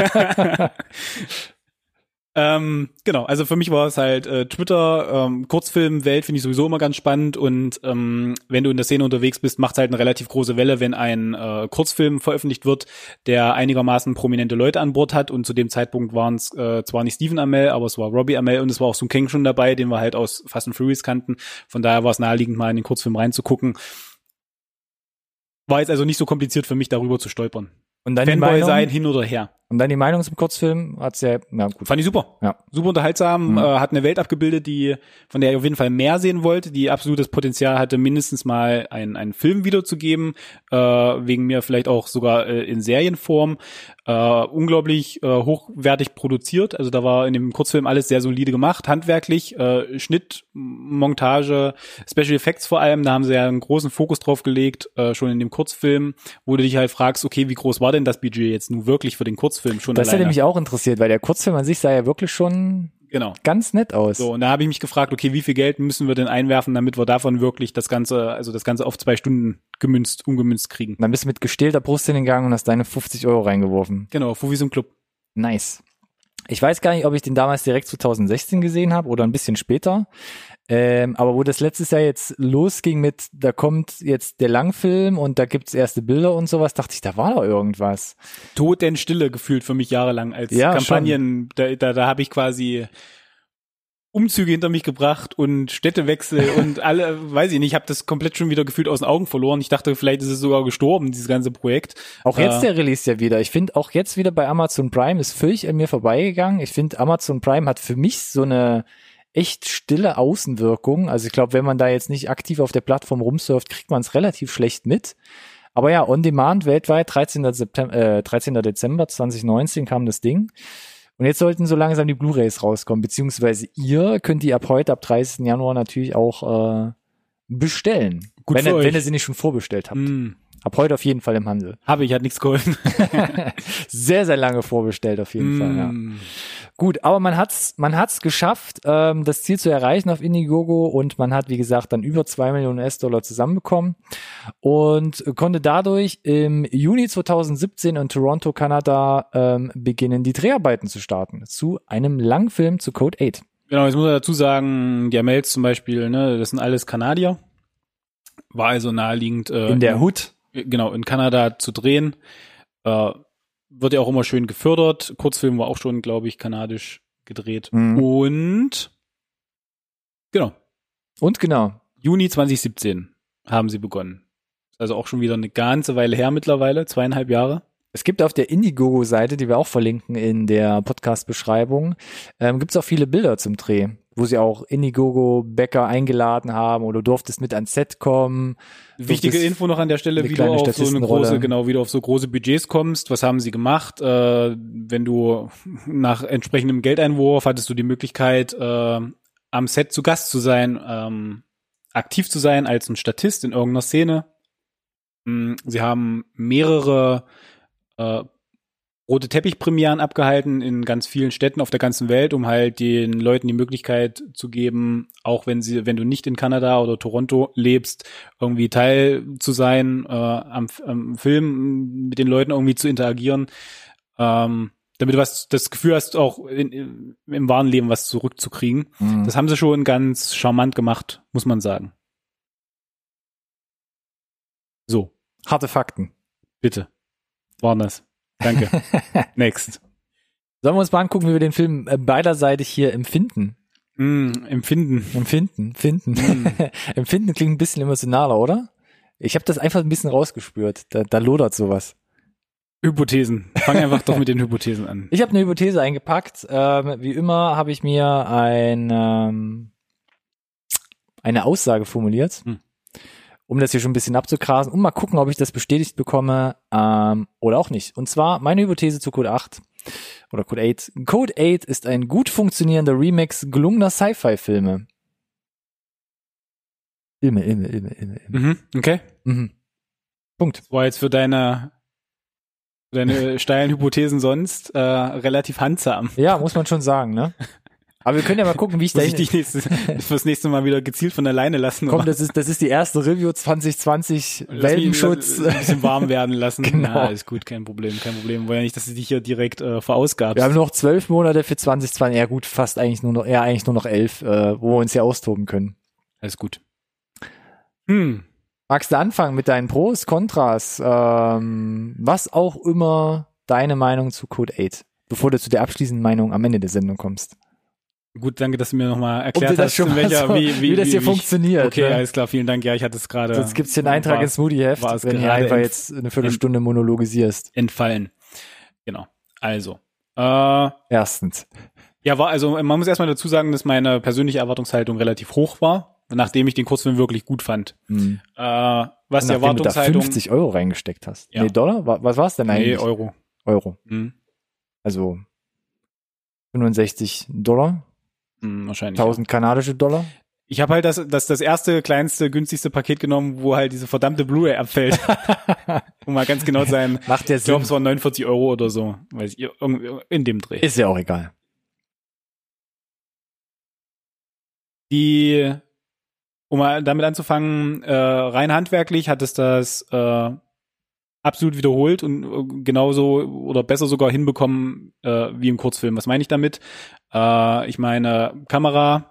[SPEAKER 2] ähm, genau, also für mich war es halt äh, Twitter, ähm, Kurzfilmwelt finde ich sowieso immer ganz spannend und ähm, wenn du in der Szene unterwegs bist, macht es halt eine relativ große Welle, wenn ein äh, Kurzfilm veröffentlicht wird, der einigermaßen prominente Leute an Bord hat und zu dem Zeitpunkt waren es äh, zwar nicht Stephen Amell, aber es war Robbie Amell und es war auch Sung Kang schon dabei, den wir halt aus Fast and Furious kannten. Von daher war es naheliegend, mal in den Kurzfilm reinzugucken. War jetzt also nicht so kompliziert für mich, darüber zu stolpern.
[SPEAKER 1] Und dann die
[SPEAKER 2] Fanboy
[SPEAKER 1] Meinung,
[SPEAKER 2] sein, hin oder her.
[SPEAKER 1] und dann die Meinung zum Kurzfilm hat's ja, ja gut.
[SPEAKER 2] Fand ich super.
[SPEAKER 1] Ja.
[SPEAKER 2] Super unterhaltsam,
[SPEAKER 1] Mhm.
[SPEAKER 2] äh, hat eine Welt abgebildet, die, von der ich auf jeden Fall mehr sehen wollte, die absolutes Potenzial hatte, mindestens mal einen, einen Film wiederzugeben, äh, wegen mir vielleicht auch sogar äh, in Serienform. Äh, unglaublich äh, hochwertig produziert, also da war in dem Kurzfilm alles sehr solide gemacht, handwerklich, äh, Schnitt, Montage, Special Effects vor allem, da haben sie ja einen großen Fokus drauf gelegt, äh, schon in dem Kurzfilm, wo du dich halt fragst, okay, wie groß war denn das Budget jetzt nun wirklich für den Kurzfilm schon
[SPEAKER 1] Das hätte
[SPEAKER 2] alleine?
[SPEAKER 1] mich auch interessiert, weil der Kurzfilm an sich sah ja wirklich schon
[SPEAKER 2] Genau.
[SPEAKER 1] ganz nett aus.
[SPEAKER 2] So, und da habe ich mich gefragt, okay, wie viel Geld müssen wir denn einwerfen, damit wir davon wirklich das Ganze, also das Ganze auf zwei Stunden gemünzt, umgemünzt kriegen.
[SPEAKER 1] Und dann bist du mit gestählter Brust hingegangen und hast deine fünfzig Euro reingeworfen.
[SPEAKER 2] Genau, Fufis im Club.
[SPEAKER 1] Nice. Ich weiß gar nicht, ob ich den damals direkt zwanzig sechzehn gesehen habe oder ein bisschen später. Ähm, aber wo das letztes Jahr jetzt losging mit, da kommt jetzt der Langfilm und da gibt's erste Bilder und sowas, dachte ich, da war doch irgendwas.
[SPEAKER 2] Totenstille gefühlt für mich jahrelang als
[SPEAKER 1] Ja,
[SPEAKER 2] Kampagnen. Da, da, da habe ich quasi Umzüge hinter mich gebracht und Städtewechsel und alle, weiß ich nicht, ich habe das komplett schon wieder gefühlt aus den Augen verloren. Ich dachte, vielleicht ist es sogar gestorben, dieses ganze Projekt.
[SPEAKER 1] Auch jetzt
[SPEAKER 2] Äh,
[SPEAKER 1] der Release ja wieder. Ich finde auch jetzt wieder bei Amazon Prime ist völlig an mir vorbeigegangen. Ich finde Amazon Prime hat für mich so eine echt stille Außenwirkung. Also ich glaube, wenn man da jetzt nicht aktiv auf der Plattform rumsurft, kriegt man es relativ schlecht mit. Aber ja, on demand weltweit, dreizehnten September, äh, dreizehnten Dezember zwanzig neunzehn kam das Ding. Und jetzt sollten so langsam die Blu-rays rauskommen, beziehungsweise ihr könnt die ab heute, ab dreißigsten Januar natürlich auch äh, bestellen.
[SPEAKER 2] Gut
[SPEAKER 1] wenn,
[SPEAKER 2] für
[SPEAKER 1] ihr,
[SPEAKER 2] euch.
[SPEAKER 1] wenn ihr sie nicht schon vorbestellt habt.
[SPEAKER 2] mh,
[SPEAKER 1] Ab heute auf jeden Fall im Handel.
[SPEAKER 2] habe ich, hat nichts geholfen.
[SPEAKER 1] Sehr, sehr lange vorbestellt auf jeden Fall, ja.
[SPEAKER 2] Mm.
[SPEAKER 1] Gut, aber man hat's, man hat's geschafft, ähm, das Ziel zu erreichen auf Indiegogo und man hat, wie gesagt, dann über zwei Millionen U S-Dollar zusammenbekommen und konnte dadurch im Juni zwanzig siebzehn in Toronto, Kanada, ähm, beginnen, die Dreharbeiten zu starten zu einem Langfilm zu Code acht.
[SPEAKER 2] Genau, jetzt muss man dazu sagen, die Amels zum Beispiel, ne, das sind alles Kanadier. War also naheliegend, äh,
[SPEAKER 1] In der Hood.
[SPEAKER 2] genau, in Kanada zu drehen. Äh, wird ja auch immer schön gefördert. Kurzfilm war auch schon, glaube ich, kanadisch gedreht.
[SPEAKER 1] Mhm.
[SPEAKER 2] Und genau,
[SPEAKER 1] Und genau,
[SPEAKER 2] Juni zwanzig siebzehn haben sie begonnen. Also auch schon wieder eine ganze Weile her mittlerweile, zweieinhalb Jahre.
[SPEAKER 1] es gibt auf der Indiegogo-Seite, die wir auch verlinken in der Podcast-Beschreibung, ähm, gibt es auch viele Bilder zum Dreh, wo sie auch Indiegogo-Bäcker eingeladen haben oder du durftest mit ans Set kommen.
[SPEAKER 2] Wichtige
[SPEAKER 1] Durftest
[SPEAKER 2] Info noch an der Stelle,
[SPEAKER 1] eine
[SPEAKER 2] wie du
[SPEAKER 1] kleine
[SPEAKER 2] auf so eine
[SPEAKER 1] Statistenrolle.
[SPEAKER 2] große, genau, wie du auf so große Budgets kommst. Was haben sie gemacht? Äh, wenn du nach entsprechendem Geldeinwurf hattest du die Möglichkeit, äh, am Set zu Gast zu sein, ähm, aktiv zu sein als ein Statist in irgendeiner Szene. Mm, Sie haben mehrere äh, rote Teppichpremieren abgehalten in ganz vielen Städten auf der ganzen Welt, um halt den Leuten die Möglichkeit zu geben, auch wenn sie, wenn du nicht in Kanada oder Toronto lebst, irgendwie Teil zu sein, äh, am, am Film mit den Leuten irgendwie zu interagieren. Ähm, damit du was, das Gefühl hast, auch in, in, im wahren Leben was zurückzukriegen.
[SPEAKER 1] Mhm.
[SPEAKER 2] Das haben sie schon ganz charmant gemacht, muss man sagen. So.
[SPEAKER 1] Harte Fakten.
[SPEAKER 2] Bitte. Waren das. Danke. Next.
[SPEAKER 1] Sollen wir uns mal angucken, wie wir den Film äh, beiderseitig hier empfinden?
[SPEAKER 2] Mm, empfinden.
[SPEAKER 1] Empfinden, finden. Mm. Empfinden klingt ein bisschen emotionaler, oder? Ich habe das einfach ein bisschen rausgespürt. Da, da lodert sowas.
[SPEAKER 2] Hypothesen. Fang einfach doch mit den Hypothesen an.
[SPEAKER 1] Ich habe eine Hypothese eingepackt. Ähm, wie immer habe ich mir ein, ähm, eine Aussage formuliert, hm. um das hier schon ein bisschen abzugrasen und mal gucken, ob ich das bestätigt bekomme ähm, oder auch nicht. Und zwar meine Hypothese zu Code acht oder Code acht. Code acht ist ein gut funktionierender Remix gelungener Sci-Fi-Filme. Ilme, Ilme, Ilme, Ilme, Ilme.
[SPEAKER 2] Mhm, okay.
[SPEAKER 1] Mhm. Punkt.
[SPEAKER 2] Das war jetzt für deine, für deine steilen Hypothesen sonst äh, relativ handsam.
[SPEAKER 1] Ja, muss man schon sagen, ne? Aber wir können ja mal gucken, wie ich da
[SPEAKER 2] Muss ich dich nächstes, fürs nächste Mal wieder gezielt von alleine lassen.
[SPEAKER 1] Komm, das ist, das ist die erste Review zwanzig zwanzig Welpenschutz.
[SPEAKER 2] Ein bisschen warm werden lassen.
[SPEAKER 1] Genau.
[SPEAKER 2] Ja, ist gut, kein Problem, kein Problem. Wollen ja nicht, dass du dich hier direkt äh, verausgabst.
[SPEAKER 1] Wir haben noch zwölf Monate für zwanzig zwanzig. Ja gut, fast eigentlich nur noch, ja eigentlich nur noch elf, äh, wo wir uns hier austoben können.
[SPEAKER 2] Alles gut. Hm.
[SPEAKER 1] Magst du anfangen mit deinen Pros, Kontras, ähm, was auch immer deine Meinung zu Code acht, bevor du zu der abschließenden Meinung am Ende der Sendung kommst?
[SPEAKER 2] Gut, danke, dass du mir nochmal erklärt hast,
[SPEAKER 1] in welcher, so,
[SPEAKER 2] wie, wie,
[SPEAKER 1] wie das hier
[SPEAKER 2] wie
[SPEAKER 1] funktioniert.
[SPEAKER 2] Okay,
[SPEAKER 1] ne?
[SPEAKER 2] alles klar, vielen Dank. Ja, ich hatte es gerade.
[SPEAKER 1] Sonst gibt's hier einen Eintrag ins Moody-Heft, wenn hier einfach jetzt eine Viertelstunde monologisierst.
[SPEAKER 2] Entfallen. Genau. Also. Äh,
[SPEAKER 1] Erstens.
[SPEAKER 2] Ja, war, also man muss erstmal dazu sagen, dass meine persönliche Erwartungshaltung relativ hoch war, nachdem ich den Kurzfilm wirklich gut fand.
[SPEAKER 1] Hm.
[SPEAKER 2] Äh, was
[SPEAKER 1] Und
[SPEAKER 2] die Erwartungshaltung.
[SPEAKER 1] Du da fünfzig Euro reingesteckt hast.
[SPEAKER 2] Ja.
[SPEAKER 1] Nee, Dollar? Was war's denn eigentlich?
[SPEAKER 2] Nee, Euro.
[SPEAKER 1] Euro.
[SPEAKER 2] Hm.
[SPEAKER 1] Also fünfundsechzig Dollar.
[SPEAKER 2] Hm, wahrscheinlich.
[SPEAKER 1] tausend ja. kanadische Dollar.
[SPEAKER 2] Ich habe halt das, das, das erste, kleinste, günstigste Paket genommen, wo halt diese verdammte Blu-ray abfällt. Um mal ganz genau sein.
[SPEAKER 1] Macht der
[SPEAKER 2] Ich glaube, es waren neunundvierzig Euro oder so. Weiß ich, in dem Dreh.
[SPEAKER 1] Ist ja auch egal.
[SPEAKER 2] Die, um mal damit anzufangen, äh, rein handwerklich hat es das äh, absolut wiederholt und äh, genauso oder besser sogar hinbekommen äh, wie im Kurzfilm. Was meine ich damit? Äh, ich meine Kamera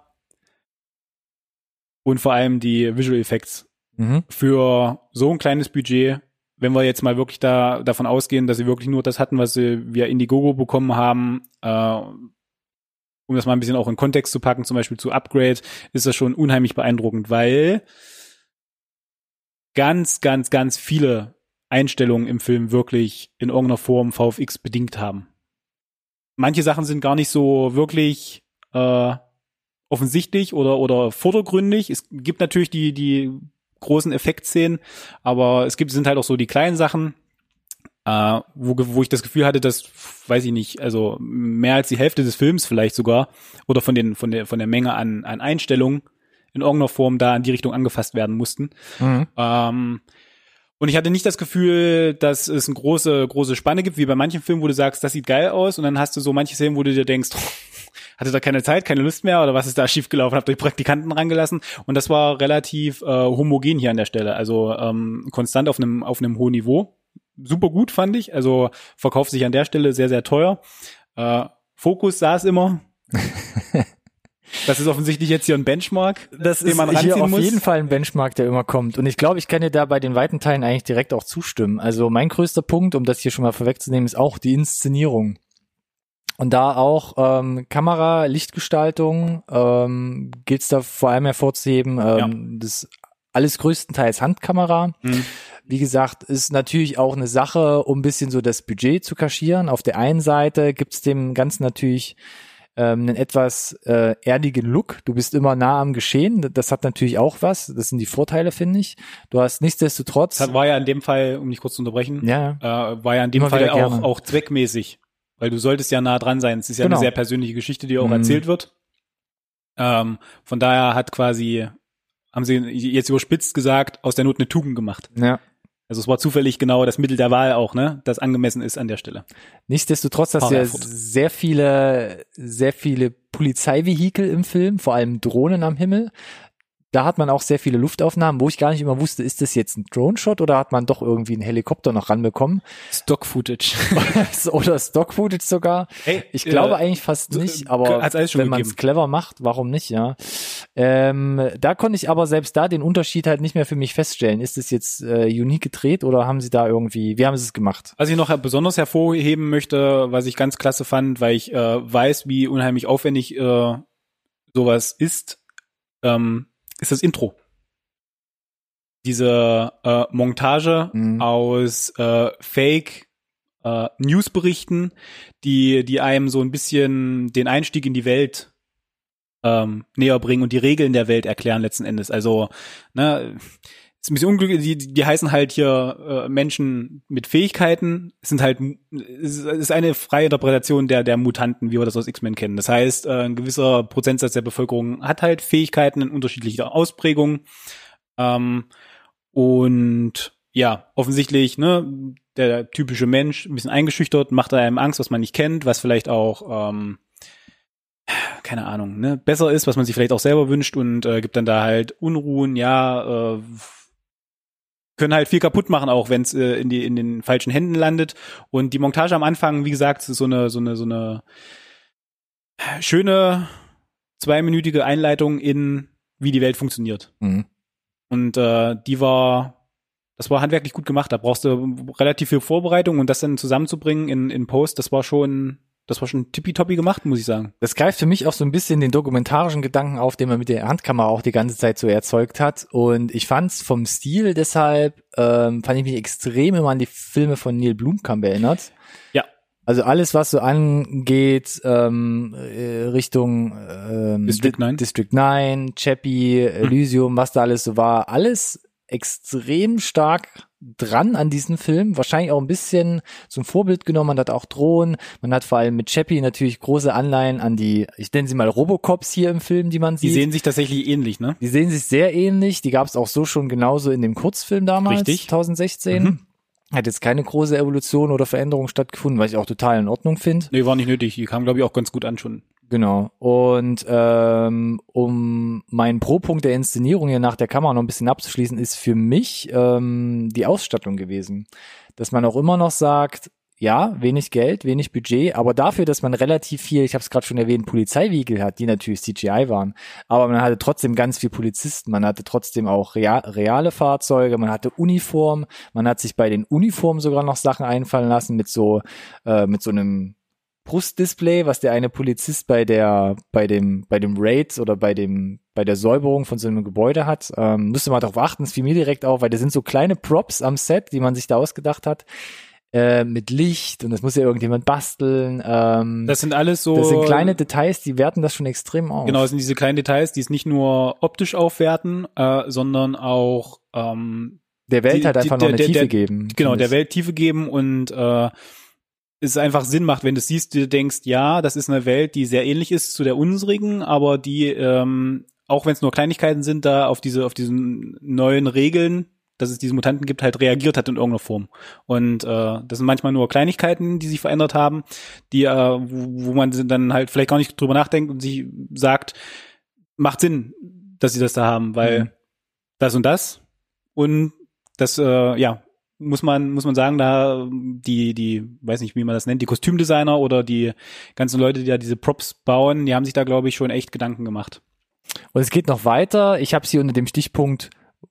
[SPEAKER 2] und vor allem die Visual Effects.
[SPEAKER 1] Mhm.
[SPEAKER 2] Für so ein kleines Budget, wenn wir jetzt mal wirklich da davon ausgehen, dass sie wirklich nur das hatten, was sie via Indiegogo bekommen haben, äh, um das mal ein bisschen auch in Kontext zu packen, zum Beispiel zu Upgrade, ist das schon unheimlich beeindruckend, weil ganz, ganz, ganz viele Einstellungen im Film wirklich in irgendeiner Form V F X bedingt haben. Manche Sachen sind gar nicht so wirklich äh, offensichtlich oder oder vordergründig. Es gibt natürlich die die großen Effektszenen, aber es gibt sind halt auch so die kleinen Sachen, äh, wo wo ich das Gefühl hatte, dass, weiß ich nicht, also mehr als die Hälfte des Films vielleicht sogar oder von den von der von der Menge an an Einstellungen in irgendeiner Form da in die Richtung angefasst werden mussten.
[SPEAKER 1] Mhm.
[SPEAKER 2] Ähm, und ich hatte nicht das Gefühl, dass es eine große große Spanne gibt, wie bei manchen Filmen, wo du sagst, das sieht geil aus, und dann hast du so manche Szenen, wo du dir denkst, hatte da keine Zeit, keine Lust mehr, oder was ist da schiefgelaufen, habt ihr Praktikanten rangelassen, und das war relativ äh, homogen hier an der Stelle, also ähm, konstant auf einem auf einem hohen Niveau. Super gut, fand ich, also verkauft sich an der Stelle sehr, sehr teuer. Äh, Fokus saß immer. Das ist offensichtlich jetzt hier ein Benchmark,
[SPEAKER 1] das
[SPEAKER 2] den
[SPEAKER 1] ist
[SPEAKER 2] man ranziehen
[SPEAKER 1] hier auf
[SPEAKER 2] muss.
[SPEAKER 1] jeden Fall ein Benchmark, der immer kommt. Und ich glaube, ich kann dir da bei den weiten Teilen eigentlich direkt auch zustimmen. Also mein größter Punkt, um das hier schon mal vorwegzunehmen, ist auch die Inszenierung. Und da auch ähm, Kamera, Lichtgestaltung ähm, gilt es da vor allem hervorzuheben. Ähm, ja. Das alles größtenteils Handkamera. Mhm. Wie gesagt, ist natürlich auch eine Sache, um ein bisschen so das Budget zu kaschieren. Auf der einen Seite gibt's dem Ganzen natürlich ähm, einen etwas äh, erdigen Look. Du bist immer nah am Geschehen. Das hat natürlich auch was. Das sind die Vorteile, finde ich. Du hast nichtsdestotrotz...
[SPEAKER 2] Das war ja in dem Fall, um dich kurz zu unterbrechen,
[SPEAKER 1] ja,
[SPEAKER 2] äh, war ja in dem
[SPEAKER 1] immer
[SPEAKER 2] Fall auch, auch zweckmäßig. Weil du solltest ja nah dran sein. Es ist ja genau. eine sehr persönliche Geschichte, die auch mhm. erzählt wird. Ähm, von daher hat quasi, haben sie jetzt überspitzt gesagt, aus der Not eine Tugend gemacht.
[SPEAKER 1] Ja.
[SPEAKER 2] Also es war zufällig genau das Mittel der Wahl auch, ne, das angemessen ist an der Stelle.
[SPEAKER 1] Nichtsdestotrotz hast du ja sehr viele, sehr viele Polizeivehikel im Film, vor allem Drohnen am Himmel. da hat man auch sehr viele Luftaufnahmen, wo ich gar nicht immer wusste, ist das jetzt ein Drone-Shot oder hat man doch irgendwie einen Helikopter noch ranbekommen?
[SPEAKER 2] Stock-Footage.
[SPEAKER 1] Oder Stock-Footage sogar.
[SPEAKER 2] Hey,
[SPEAKER 1] ich glaube
[SPEAKER 2] äh,
[SPEAKER 1] eigentlich fast nicht, aber wenn man es clever macht, warum nicht, ja. Ähm, da konnte ich aber selbst da den Unterschied halt nicht mehr für mich feststellen. Ist es jetzt äh, unique gedreht oder haben sie da irgendwie, wie haben sie es gemacht?
[SPEAKER 2] Was ich noch besonders hervorheben möchte, was ich ganz klasse fand, weil ich äh, weiß, wie unheimlich aufwendig äh, sowas ist, ähm, ist das Intro. Diese äh, Montage mhm. aus äh, Fake äh, Newsberichten, die die einem so ein bisschen den Einstieg in die Welt ähm, näher bringen und die Regeln der Welt erklären letzten Endes. Also, ne, ist ein bisschen unglücklich, die, die heißen halt hier äh, Menschen mit Fähigkeiten. Es sind halt, es ist eine freie Interpretation der der Mutanten, wie wir das aus X-Men kennen. Das heißt, äh, ein gewisser Prozentsatz der Bevölkerung hat halt Fähigkeiten in unterschiedlicher Ausprägung. Ähm, und ja, offensichtlich, ne, der typische Mensch, ein bisschen eingeschüchtert, macht einem Angst, was man nicht kennt, was vielleicht auch, ähm, keine Ahnung, ne, besser ist, was man sich vielleicht auch selber wünscht und äh, gibt dann da halt Unruhen, ja, äh, können halt viel kaputt machen, auch wenn es äh, in die in den falschen Händen landet. Und die Montage am Anfang, wie gesagt, ist so eine so eine so eine schöne zweiminütige Einleitung in wie die Welt funktioniert. Mhm. Und äh, die war, das war handwerklich gut gemacht. Da brauchst du relativ viel Vorbereitung und das dann zusammenzubringen in in Post, das war schon Das war schon tippitoppi gemacht, muss ich sagen.
[SPEAKER 1] Das greift für mich auch so ein bisschen den dokumentarischen Gedanken auf, den man mit der Handkamera auch die ganze Zeit so erzeugt hat. Und ich fand's vom Stil deshalb, ähm, fand ich mich extrem immer an die Filme von Neil Blomkamp erinnert.
[SPEAKER 2] Ja.
[SPEAKER 1] Also alles, was so angeht, ähm, äh, Richtung ähm,
[SPEAKER 2] District neun,
[SPEAKER 1] District neun, Chappie, Elysium, hm. was da alles so war, alles extrem stark dran an diesen Film, wahrscheinlich auch ein bisschen zum Vorbild genommen, man hat auch Drohnen, man hat vor allem mit Chappie natürlich große Anleihen an die, ich nenne sie mal Robocops hier im Film, die man sieht.
[SPEAKER 2] Die sehen sich tatsächlich ähnlich, ne?
[SPEAKER 1] Die sehen sich sehr ähnlich, die gab es auch so schon genauso in dem Kurzfilm damals,
[SPEAKER 2] Richtig.
[SPEAKER 1] zwanzig sechzehn. Mhm. Hat jetzt keine große Evolution oder Veränderung stattgefunden, was ich auch total in Ordnung finde.
[SPEAKER 2] Nee, war nicht nötig, die kam, glaube ich, auch ganz gut an schon.
[SPEAKER 1] Genau. Und ähm, um meinen Pro-Punkt der Inszenierung hier nach der Kamera noch ein bisschen abzuschließen, ist für mich ähm, die Ausstattung gewesen. Dass man auch immer noch sagt, ja, wenig Geld, wenig Budget, aber dafür, dass man relativ viel, ich habe es gerade schon erwähnt, Polizeivehikel hat, die natürlich C G I waren, aber man hatte trotzdem ganz viel Polizisten, man hatte trotzdem auch real, reale Fahrzeuge, man hatte Uniform, man hat sich bei den Uniformen sogar noch Sachen einfallen lassen mit so äh, mit so einem Brustdisplay, was der eine Polizist bei der, bei dem, bei dem Raid oder bei dem, bei der Säuberung von so einem Gebäude hat. Ähm, müsste man darauf achten, es fiel mir direkt auf, weil da sind so kleine Props am Set, die man sich da ausgedacht hat, äh, mit Licht und das muss ja irgendjemand basteln. Ähm,
[SPEAKER 2] das sind alles so.
[SPEAKER 1] Das sind kleine Details, die werten das schon extrem auf.
[SPEAKER 2] Genau, das sind diese kleinen Details, die es nicht nur optisch aufwerten, äh, sondern auch, ähm,
[SPEAKER 1] der Welt die, halt einfach die, noch der, eine Tiefe
[SPEAKER 2] der,
[SPEAKER 1] geben.
[SPEAKER 2] Genau, der Welt Tiefe geben und, äh, es einfach Sinn macht, wenn du es siehst, du denkst, ja, das ist eine Welt, die sehr ähnlich ist zu der unsrigen, aber die, ähm, auch wenn es nur Kleinigkeiten sind, da auf diese, auf diesen neuen Regeln, dass es diese Mutanten gibt, halt reagiert hat in irgendeiner Form. Und äh, das sind manchmal nur Kleinigkeiten, die sich verändert haben, die, äh, wo, wo man dann halt vielleicht gar nicht drüber nachdenkt und sich sagt, macht Sinn, dass sie das da haben, weil mhm. das und das und das, äh, ja, muss man muss man sagen, da die die weiß nicht, wie man das nennt, die Kostümdesigner oder die ganzen Leute, die da diese Props bauen, die haben sich da, glaube ich, schon echt Gedanken gemacht.
[SPEAKER 1] Und es geht noch weiter. Ich habe sie unter dem Stichpunkt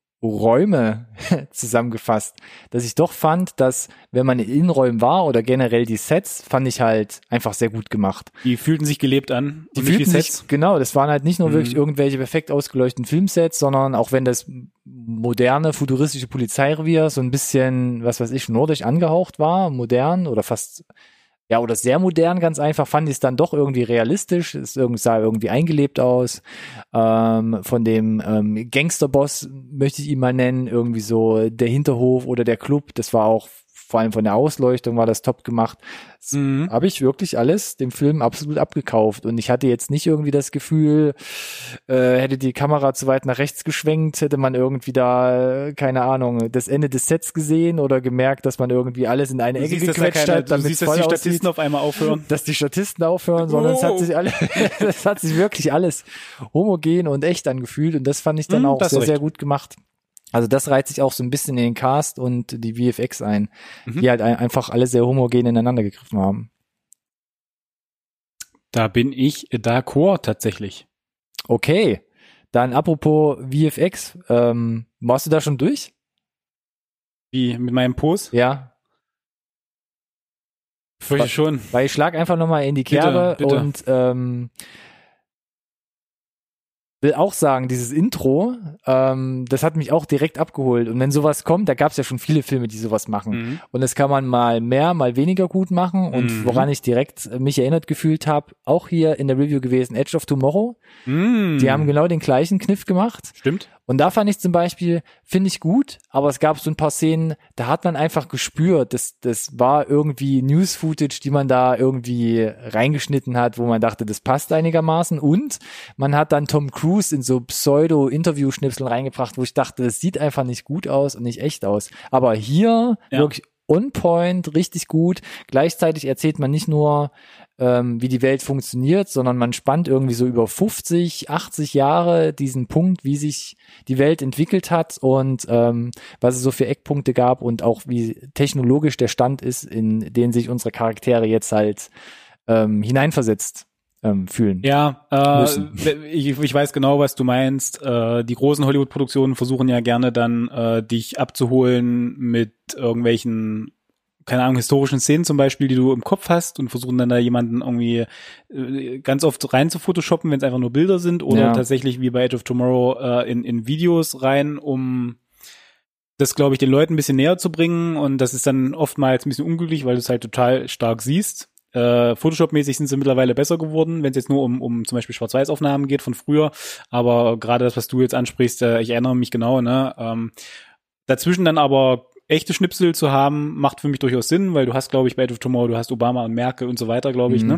[SPEAKER 1] Räume zusammengefasst, dass ich doch fand, dass wenn man in Innenräumen war oder generell die Sets, fand ich halt einfach sehr gut gemacht.
[SPEAKER 2] Die fühlten sich gelebt an.
[SPEAKER 1] Die fühlten sich, genau, das waren halt nicht nur mhm. wirklich irgendwelche perfekt ausgeleuchteten Filmsets, sondern auch wenn das moderne, futuristische Polizeirevier so ein bisschen, was weiß ich, nordisch angehaucht war, modern oder fast, ja, oder sehr modern, ganz einfach, fand ich es dann doch irgendwie realistisch, es sah irgendwie eingelebt aus, ähm, von dem ähm, Gangsterboss, möchte ich ihn mal nennen, irgendwie so der Hinterhof oder der Club, das war auch vor allem von der Ausleuchtung war das top gemacht.
[SPEAKER 2] Mhm.
[SPEAKER 1] Habe ich wirklich alles dem Film absolut abgekauft. Und ich hatte jetzt nicht irgendwie das Gefühl, äh, hätte die Kamera zu weit nach rechts geschwenkt, hätte man irgendwie da, äh, keine Ahnung, das Ende des Sets gesehen oder gemerkt, dass man irgendwie alles in eine
[SPEAKER 2] Du
[SPEAKER 1] Ecke
[SPEAKER 2] siehst, dass da
[SPEAKER 1] gequetscht
[SPEAKER 2] keine,
[SPEAKER 1] hat,
[SPEAKER 2] du
[SPEAKER 1] damit
[SPEAKER 2] siehst,
[SPEAKER 1] es
[SPEAKER 2] dass
[SPEAKER 1] voll
[SPEAKER 2] die Statisten
[SPEAKER 1] aussieht,
[SPEAKER 2] auf einmal aufhören.
[SPEAKER 1] dass die Statisten aufhören, sondern es hat
[SPEAKER 2] Oh.
[SPEAKER 1] sich alle, es hat sich wirklich alles homogen und echt angefühlt und das fand ich dann
[SPEAKER 2] Hm,
[SPEAKER 1] auch
[SPEAKER 2] das
[SPEAKER 1] sehr,
[SPEAKER 2] recht.
[SPEAKER 1] sehr gut gemacht. Also das reiht sich auch so ein bisschen in den Cast und die V F X ein,
[SPEAKER 2] Mhm.
[SPEAKER 1] die halt ein, einfach alle sehr homogen ineinander gegriffen haben.
[SPEAKER 2] Da bin ich d'accord tatsächlich.
[SPEAKER 1] Okay, dann apropos V F X, ähm, warst du da schon durch?
[SPEAKER 2] Wie mit meinem Pos?
[SPEAKER 1] Ja,
[SPEAKER 2] Fürchte schon.
[SPEAKER 1] weil ich schlag einfach nochmal in die Kerbe
[SPEAKER 2] Bitte, bitte.
[SPEAKER 1] und ähm, will auch sagen, dieses Intro, ähm, das hat mich auch direkt abgeholt. Und wenn sowas kommt, da gab es ja schon viele Filme, die sowas machen.
[SPEAKER 2] Mhm.
[SPEAKER 1] Und das kann man mal mehr, mal weniger gut machen. Und
[SPEAKER 2] Mhm.
[SPEAKER 1] woran ich direkt äh, mich erinnert gefühlt habe, auch hier in der Review gewesen, Edge of Tomorrow.
[SPEAKER 2] Mhm.
[SPEAKER 1] Die haben genau den gleichen Kniff gemacht.
[SPEAKER 2] Stimmt.
[SPEAKER 1] Und da fand ich zum Beispiel, finde ich gut, aber es gab so ein paar Szenen, da hat man einfach gespürt, das, das war irgendwie News-Footage, die man da irgendwie reingeschnitten hat, wo man dachte, das passt einigermaßen. Und man hat dann Tom Cruise in so Pseudo-Interview-Schnipseln reingebracht, wo ich dachte, das sieht einfach nicht gut aus und nicht echt aus. Aber hier
[SPEAKER 2] Ja.
[SPEAKER 1] wirklich on point, richtig gut. Gleichzeitig erzählt man nicht nur, ähm, wie die Welt funktioniert, sondern man spannt irgendwie so über fünfzig, achtzig Jahre diesen Punkt, wie sich die Welt entwickelt hat und ähm, was es so für Eckpunkte gab und auch wie technologisch der Stand ist, in den sich unsere Charaktere jetzt halt ähm, hineinversetzt ähm, fühlen.
[SPEAKER 2] Ja, äh,
[SPEAKER 1] Müssen.
[SPEAKER 2] ich, ich weiß genau, was du meinst. Äh, die großen Hollywood-Produktionen versuchen ja gerne dann, äh, dich abzuholen mit irgendwelchen, keine Ahnung, historischen Szenen zum Beispiel, die du im Kopf hast und versuchen dann da jemanden irgendwie äh, ganz oft rein zu photoshoppen, wenn es einfach nur Bilder sind oder
[SPEAKER 1] Ja.
[SPEAKER 2] tatsächlich wie bei Edge of Tomorrow äh, in, in Videos rein, um das, glaube ich, den Leuten ein bisschen näher zu bringen und das ist dann oftmals ein bisschen unglücklich, weil du es halt total stark siehst. Äh, Photoshop-mäßig sind sie mittlerweile besser geworden, wenn es jetzt nur um, um zum Beispiel Schwarz-Weiß-Aufnahmen geht von früher. Aber gerade das, was du jetzt ansprichst, äh, ich erinnere mich genau, ne? Ähm, dazwischen dann aber echte Schnipsel zu haben, macht für mich durchaus Sinn, weil du hast, glaube ich, bei Edge of Tomorrow, du hast Obama und Merkel und so weiter, glaube ich,
[SPEAKER 1] Mhm.
[SPEAKER 2] ne?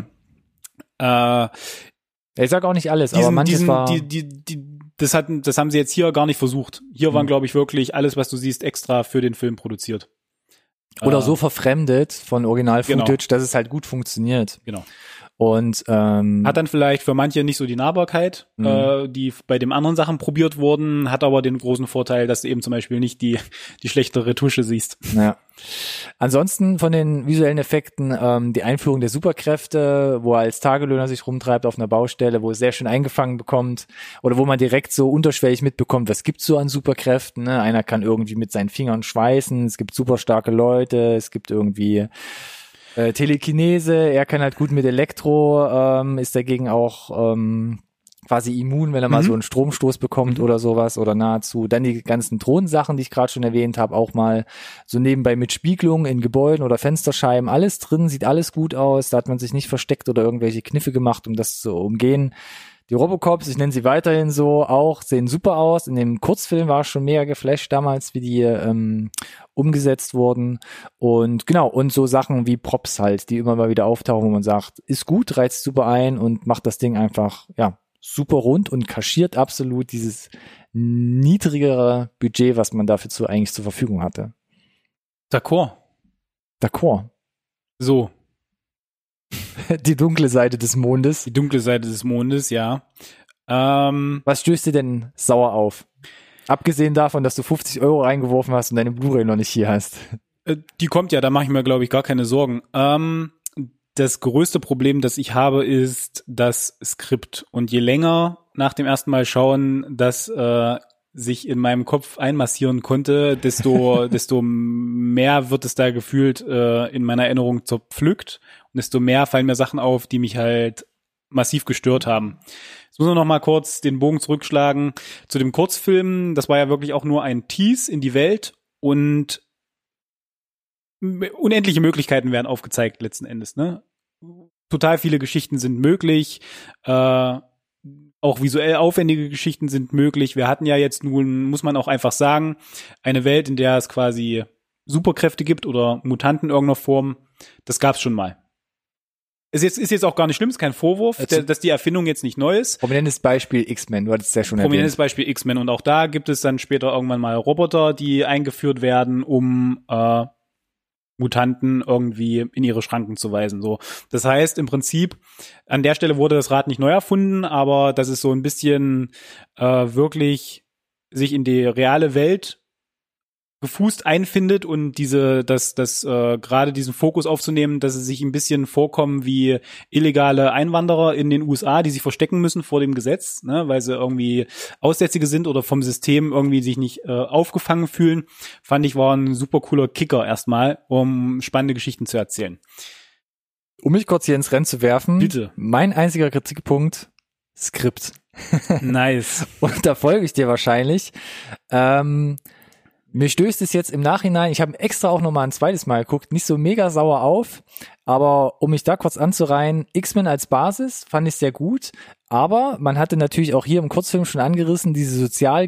[SPEAKER 2] Äh,
[SPEAKER 1] Ich sag auch nicht alles, aber
[SPEAKER 2] diesen,
[SPEAKER 1] manches
[SPEAKER 2] diesen,
[SPEAKER 1] war
[SPEAKER 2] die, die, die, das hatten, das haben sie jetzt hier gar nicht versucht. Hier waren,
[SPEAKER 1] Mhm.
[SPEAKER 2] glaube ich, wirklich alles, was du siehst, extra für den Film produziert.
[SPEAKER 1] oder
[SPEAKER 2] Äh,
[SPEAKER 1] so verfremdet von Original-Footage,
[SPEAKER 2] Genau.
[SPEAKER 1] dass es halt gut funktioniert.
[SPEAKER 2] Genau.
[SPEAKER 1] Und ähm,
[SPEAKER 2] Hat dann vielleicht für manche nicht so die Nahbarkeit,
[SPEAKER 1] Mhm.
[SPEAKER 2] äh, die bei den anderen Sachen probiert wurden, hat aber den großen Vorteil, dass du eben zum Beispiel nicht die, die schlechtere Tusche siehst.
[SPEAKER 1] Ja. Ansonsten von den visuellen Effekten ähm, die Einführung der Superkräfte, wo er als Tagelöhner sich rumtreibt auf einer Baustelle, wo es sehr schön eingefangen bekommt oder wo man direkt so unterschwellig mitbekommt, was gibt's so an Superkräften. Ne? Einer kann irgendwie mit seinen Fingern schweißen, es gibt super starke Leute, es gibt irgendwie äh, Telekinese, er kann halt gut mit Elektro, ähm, ist dagegen auch ähm, quasi immun, wenn er mal
[SPEAKER 2] Mhm.
[SPEAKER 1] so einen Stromstoß bekommt
[SPEAKER 2] Mhm.
[SPEAKER 1] oder sowas oder nahezu. Dann die ganzen Thronsachen, die ich gerade schon erwähnt habe, auch mal so nebenbei mit Spiegelungen in Gebäuden oder Fensterscheiben, alles drin, sieht alles gut aus, da hat man sich nicht versteckt oder irgendwelche Kniffe gemacht, um das zu umgehen. Die Robocops, ich nenne sie weiterhin so, auch sehen super aus. In dem Kurzfilm war ich schon mega geflasht damals, wie die ähm, umgesetzt wurden. Und genau, und so Sachen wie Props halt, die immer mal wieder auftauchen, wo man sagt, ist gut, reizt super ein und macht das Ding einfach, ja, super rund und kaschiert absolut dieses niedrigere Budget, was man dafür zu, eigentlich zur Verfügung hatte.
[SPEAKER 2] D'accord.
[SPEAKER 1] D'accord.
[SPEAKER 2] So,
[SPEAKER 1] Die dunkle Seite des Mondes.
[SPEAKER 2] die dunkle Seite des Mondes, ja. Ähm,
[SPEAKER 1] Was stößt dir denn sauer auf? Abgesehen davon, dass du fünfzig Euro reingeworfen hast und deine Blu-ray noch nicht hier hast.
[SPEAKER 2] äh, die kommt ja, da mache ich mir, glaube ich, gar keine Sorgen. Ähm, das größte Problem, das ich habe, ist das Skript. Und je länger nach dem ersten Mal schauen, das äh, sich in meinem Kopf einmassieren konnte, desto desto mehr wird es da gefühlt äh, in meiner Erinnerung zerpflückt und desto mehr fallen mir Sachen auf, die mich halt massiv gestört haben. Jetzt muss man noch mal kurz den Bogen zurückschlagen zu dem Kurzfilm. Das war ja wirklich auch nur ein Tease in die Welt und unendliche Möglichkeiten werden aufgezeigt letzten Endes, ne? Total viele Geschichten sind möglich, äh, auch visuell aufwendige Geschichten sind möglich. Wir hatten ja jetzt nun, muss man auch einfach sagen, eine Welt, in der es quasi Superkräfte gibt oder Mutanten in irgendeiner Form. Das gab's schon mal. Ist jetzt, ist jetzt auch gar nicht schlimm, ist kein Vorwurf, also, dass die Erfindung jetzt nicht neu ist.
[SPEAKER 1] Prominentes Beispiel X-Men, du hattest es ja schon erwähnt.
[SPEAKER 2] Prominentes Beispiel X-Men und auch da gibt es dann später irgendwann mal Roboter, die eingeführt werden, um äh, Mutanten irgendwie in ihre Schranken zu weisen. So, das heißt im Prinzip, an der Stelle wurde das Rad nicht neu erfunden, aber dass es so ein bisschen äh, wirklich sich in die reale Welt gefußt einfindet und diese, das, das äh, gerade diesen Fokus aufzunehmen, dass sie sich ein bisschen vorkommen wie illegale Einwanderer in den U S A, die sich verstecken müssen vor dem Gesetz, ne, weil sie irgendwie Aussätzige sind oder vom System irgendwie sich nicht äh, aufgefangen fühlen, fand ich, war ein super cooler Kicker erstmal, um spannende Geschichten zu erzählen.
[SPEAKER 1] Um mich kurz hier ins Rennen zu werfen,
[SPEAKER 2] bitte.
[SPEAKER 1] Mein einziger Kritikpunkt, Skript.
[SPEAKER 2] Nice.
[SPEAKER 1] Und da folge ich dir wahrscheinlich. Ähm, Mir stößt es jetzt im Nachhinein, ich habe extra auch nochmal ein zweites Mal geguckt, nicht so mega sauer auf, aber um mich da kurz anzureihen, X-Men als Basis fand ich sehr gut, aber man hatte natürlich auch hier im Kurzfilm schon angerissen, diese